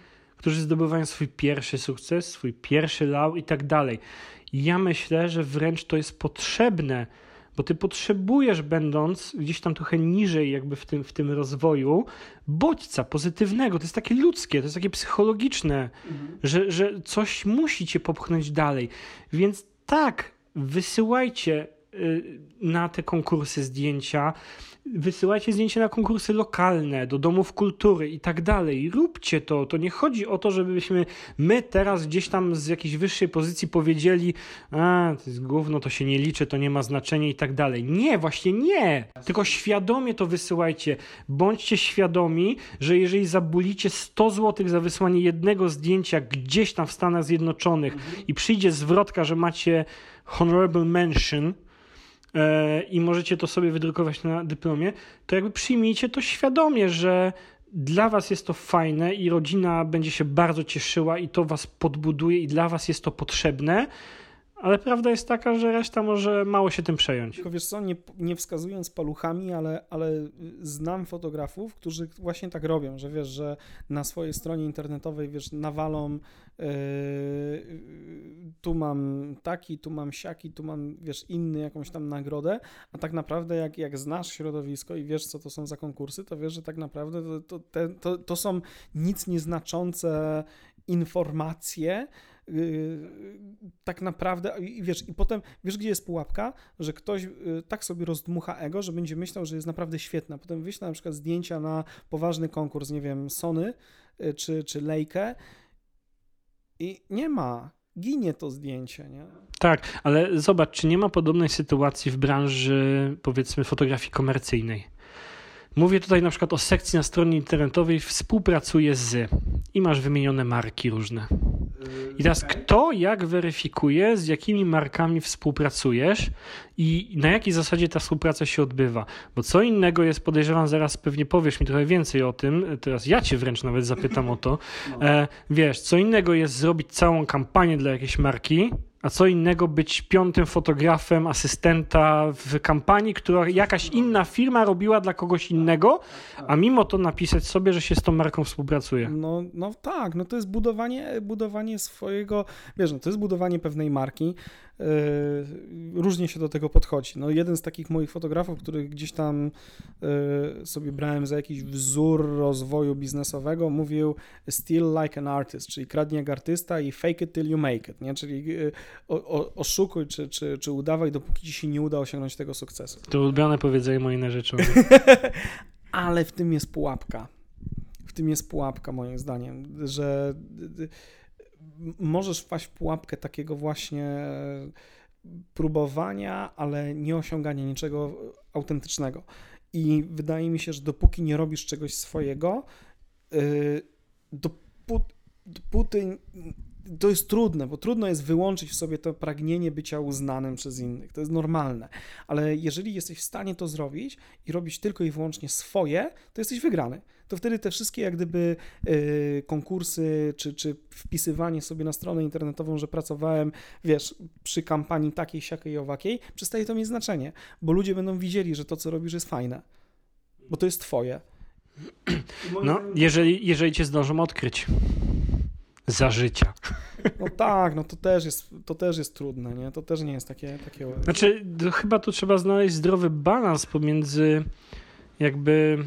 którzy zdobywają swój pierwszy sukces, swój pierwszy laur i tak dalej. I ja myślę, że wręcz to jest potrzebne, bo ty potrzebujesz, będąc gdzieś tam trochę niżej jakby w tym, w tym rozwoju, bodźca pozytywnego. To jest takie ludzkie, to jest takie psychologiczne, mhm. że, że coś musi cię popchnąć dalej. Więc tak, wysyłajcie y, na te konkursy zdjęcia, wysyłajcie zdjęcia na konkursy lokalne, do domów kultury i tak dalej. Róbcie to. To nie chodzi o to, żebyśmy my teraz gdzieś tam z jakiejś wyższej pozycji powiedzieli, a to jest gówno, to się nie liczy, to nie ma znaczenia i tak dalej. Nie, właśnie nie. Tylko świadomie to wysyłajcie. Bądźcie świadomi, że jeżeli zabulicie sto złotych za wysłanie jednego zdjęcia gdzieś tam w Stanach Zjednoczonych mhm. i przyjdzie zwrotka, że macie honorable mention, i możecie to sobie wydrukować na dyplomie, to jakby przyjmijcie to świadomie, że dla was jest to fajne i rodzina będzie się bardzo cieszyła i to was podbuduje i dla was jest to potrzebne, ale prawda jest taka, że reszta może mało się tym przejąć. Tylko wiesz co, nie, nie wskazując paluchami, ale, ale znam fotografów, którzy właśnie tak robią, że wiesz, że na swojej stronie internetowej, wiesz, nawalą yy, tu mam taki, tu mam siaki, tu mam, wiesz, inny jakąś tam nagrodę, a tak naprawdę jak, jak znasz środowisko i wiesz, co to są za konkursy, to wiesz, że tak naprawdę to, to, te, to, to są nic nieznaczące informacje, Yy, tak naprawdę i wiesz, i potem wiesz, gdzie jest pułapka, że ktoś yy, tak sobie rozdmucha ego, że będzie myślał, że jest naprawdę świetna. Potem wyśle na przykład zdjęcia na poważny konkurs, nie wiem, Sony yy, czy, czy Leica i nie ma, ginie to zdjęcie, nie? Tak, ale zobacz, czy nie ma podobnej sytuacji w branży, powiedzmy, fotografii komercyjnej. Mówię tutaj na przykład o sekcji na stronie internetowej współpracuje z i masz wymienione marki różne. I teraz kto jak weryfikuje, z jakimi markami współpracujesz i na jakiej zasadzie ta współpraca się odbywa. Bo co innego jest, podejrzewam, zaraz pewnie powiesz mi trochę więcej o tym, teraz ja cię wręcz nawet zapytam o to. E, wiesz, co innego jest zrobić całą kampanię dla jakiejś marki, a co innego być piątym fotografem asystenta w kampanii, którą jakaś inna firma robiła dla kogoś innego, a mimo to napisać sobie, że się z tą marką współpracuje. No, no tak, no to jest budowanie, budowanie swojego, wiesz, no to jest budowanie pewnej marki. Yy, różnie się do tego podchodzi. No jeden z takich moich fotografów, których gdzieś tam yy, sobie brałem za jakiś wzór rozwoju biznesowego, mówił steal like an artist, czyli kradnij jak artysta i fake it till you make it, nie? Czyli yy, o, o, oszukuj czy, czy, czy udawaj, dopóki ci się nie uda osiągnąć tego sukcesu. To ulubione powiedzenie moje narzeczone. Ale w tym jest pułapka. W tym jest pułapka moim zdaniem, że możesz wpaść w pułapkę takiego właśnie próbowania, ale nie osiągania niczego autentycznego. I wydaje mi się, że dopóki nie robisz czegoś swojego, dopóty, dopóty to jest trudne, bo trudno jest wyłączyć w sobie to pragnienie bycia uznanym przez innych. To jest normalne. Ale jeżeli jesteś w stanie to zrobić i robić tylko i wyłącznie swoje, to jesteś wygrany. To wtedy te wszystkie jak gdyby y, konkursy, czy, czy wpisywanie sobie na stronę internetową, że pracowałem, wiesz, przy kampanii takiej, siakiej i owakiej, przestaje to mieć znaczenie, bo ludzie będą widzieli, że to, co robisz, jest fajne, bo to jest twoje. No, jeżeli, jeżeli cię zdążą odkryć. Za życia. No tak, no to też jest, to też jest trudne, nie? To też nie jest takie... takie... Znaczy, to chyba tu trzeba znaleźć zdrowy balans pomiędzy jakby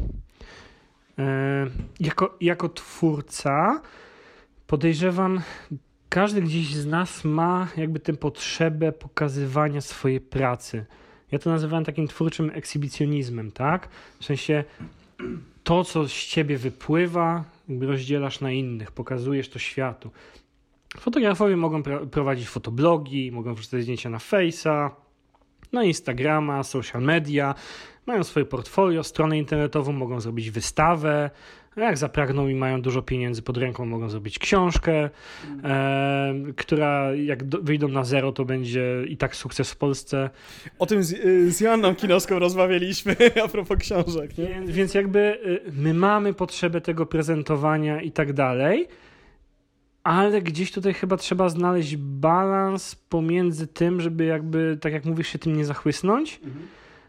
e, jako, jako twórca podejrzewam, każdy gdzieś z nas ma jakby tę potrzebę pokazywania swojej pracy. Ja to nazywałem takim twórczym ekshibicjonizmem, tak? W sensie to, co z ciebie wypływa, jakby rozdzielasz na innych, pokazujesz to światu. Fotografowie mogą pra- prowadzić fotoblogi, mogą wrzucać zdjęcia na Face'a, na Instagrama, social media, mają swoje portfolio, stronę internetową, mogą zrobić wystawę, a jak zapragną i mają dużo pieniędzy pod ręką, mogą zrobić książkę, e, która jak do, wyjdą na zero, to będzie i tak sukces w Polsce. O tym z, z Joanną Kinowską rozmawialiśmy a propos książek. Nie? Więc, więc jakby my mamy potrzebę tego prezentowania i tak dalej, ale gdzieś tutaj chyba trzeba znaleźć balans pomiędzy tym, żeby jakby, tak jak mówisz, się tym nie zachłysnąć, mhm.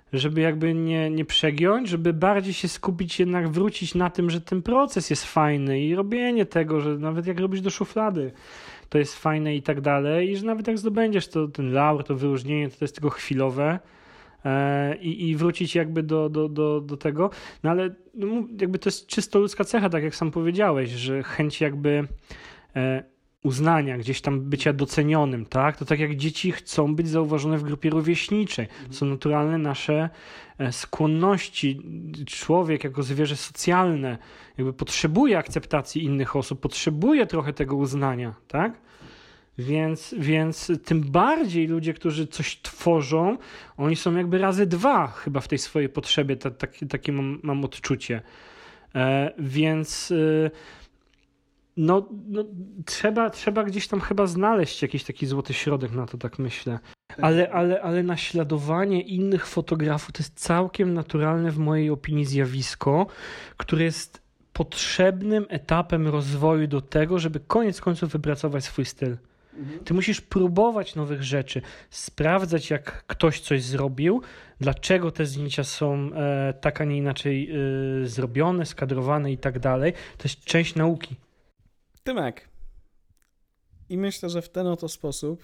żeby jakby nie, nie przegiąć, żeby bardziej się skupić, jednak wrócić na tym, że ten proces jest fajny i robienie tego, że nawet jak robisz do szuflady, to jest fajne i tak dalej i że nawet jak zdobędziesz to, ten laur, to wyróżnienie, to, to jest tylko chwilowe e, i, i wrócić jakby do, do, do, do tego, no ale no, jakby to jest czysto ludzka cecha, tak jak sam powiedziałeś, że chęć jakby e, uznania, gdzieś tam bycia docenionym, tak? To tak jak dzieci chcą być zauważone w grupie rówieśniczej. To są naturalne nasze skłonności. Człowiek jako zwierzę socjalne jakby potrzebuje akceptacji innych osób, potrzebuje trochę tego uznania, tak? Więc, więc tym bardziej ludzie, którzy coś tworzą, oni są jakby razy dwa chyba w tej swojej potrzebie, ta, ta, takie mam, mam odczucie. E, więc y, No, no trzeba, trzeba gdzieś tam chyba znaleźć jakiś taki złoty środek na to, tak myślę. Ale, ale, ale naśladowanie innych fotografów to jest całkiem naturalne w mojej opinii zjawisko, które jest potrzebnym etapem rozwoju do tego, żeby koniec końców wypracować swój styl. Ty musisz próbować nowych rzeczy, sprawdzać jak ktoś coś zrobił, dlaczego te zdjęcia są e, tak, a nie inaczej e, zrobione, skadrowane i tak dalej. To jest część nauki. Tymek. I myślę, że w ten oto sposób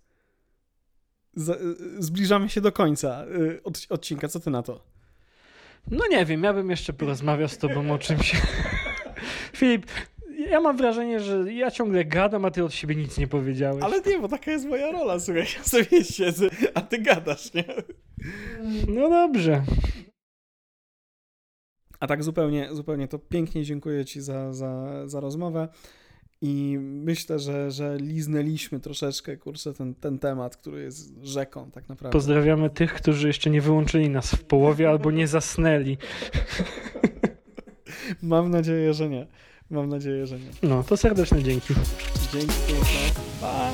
z- zbliżamy się do końca od- odcinka. Co ty na to? No nie wiem, ja bym jeszcze porozmawiał z tobą o czymś. Filip, ja mam wrażenie, że ja ciągle gadam, a ty od siebie nic nie powiedziałeś. Ale nie, bo taka jest moja rola, słuchaj, ja sobie siedzę, a ty gadasz, nie? No dobrze. A tak zupełnie, zupełnie to pięknie dziękuję ci za, za, za rozmowę i myślę, że, że liznęliśmy troszeczkę, kurczę, ten, ten temat, który jest rzeką tak naprawdę. Pozdrawiamy tych, którzy jeszcze nie wyłączyli nas w połowie albo nie zasnęli. Mam nadzieję, że nie. Mam nadzieję, że nie. No, to serdeczne dzięki. Dzięki piękne. Pa!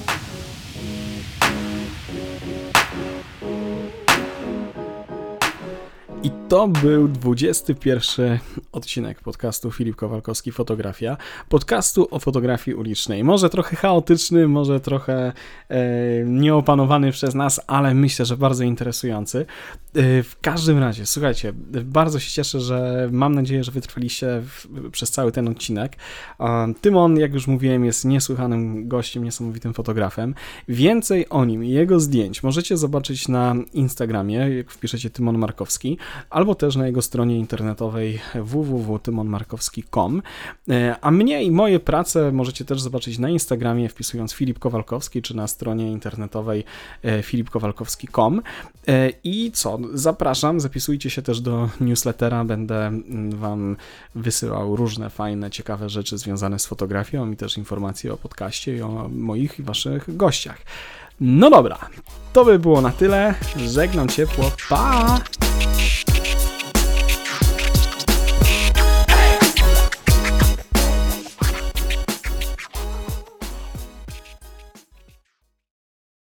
I to był dwudziesty pierwszy odcinek podcastu Filip Kowalkowski Fotografia. Podcastu o fotografii ulicznej. Może trochę chaotyczny, może trochę e, nieopanowany przez nas, ale myślę, że bardzo interesujący. E, w każdym razie, słuchajcie, bardzo się cieszę, że mam nadzieję, że wytrwaliście w, przez cały ten odcinek. E, Tymon, jak już mówiłem, jest niesłychanym gościem, niesamowitym fotografem. Więcej o nim i jego zdjęć możecie zobaczyć na Instagramie, jak wpiszecie Tymon Markowski, albo też na jego stronie internetowej w w w kropka tymon markowski kropka com. A mnie i moje prace możecie też zobaczyć na Instagramie, wpisując Filip Kowalkowski, czy na stronie internetowej filip kowalkowski kropka com. I co? Zapraszam, zapisujcie się też do newslettera, będę wam wysyłał różne fajne, ciekawe rzeczy związane z fotografią i też informacje o podcaście i o moich i waszych gościach. No dobra, to by było na tyle. Żegnam ciepło. Pa!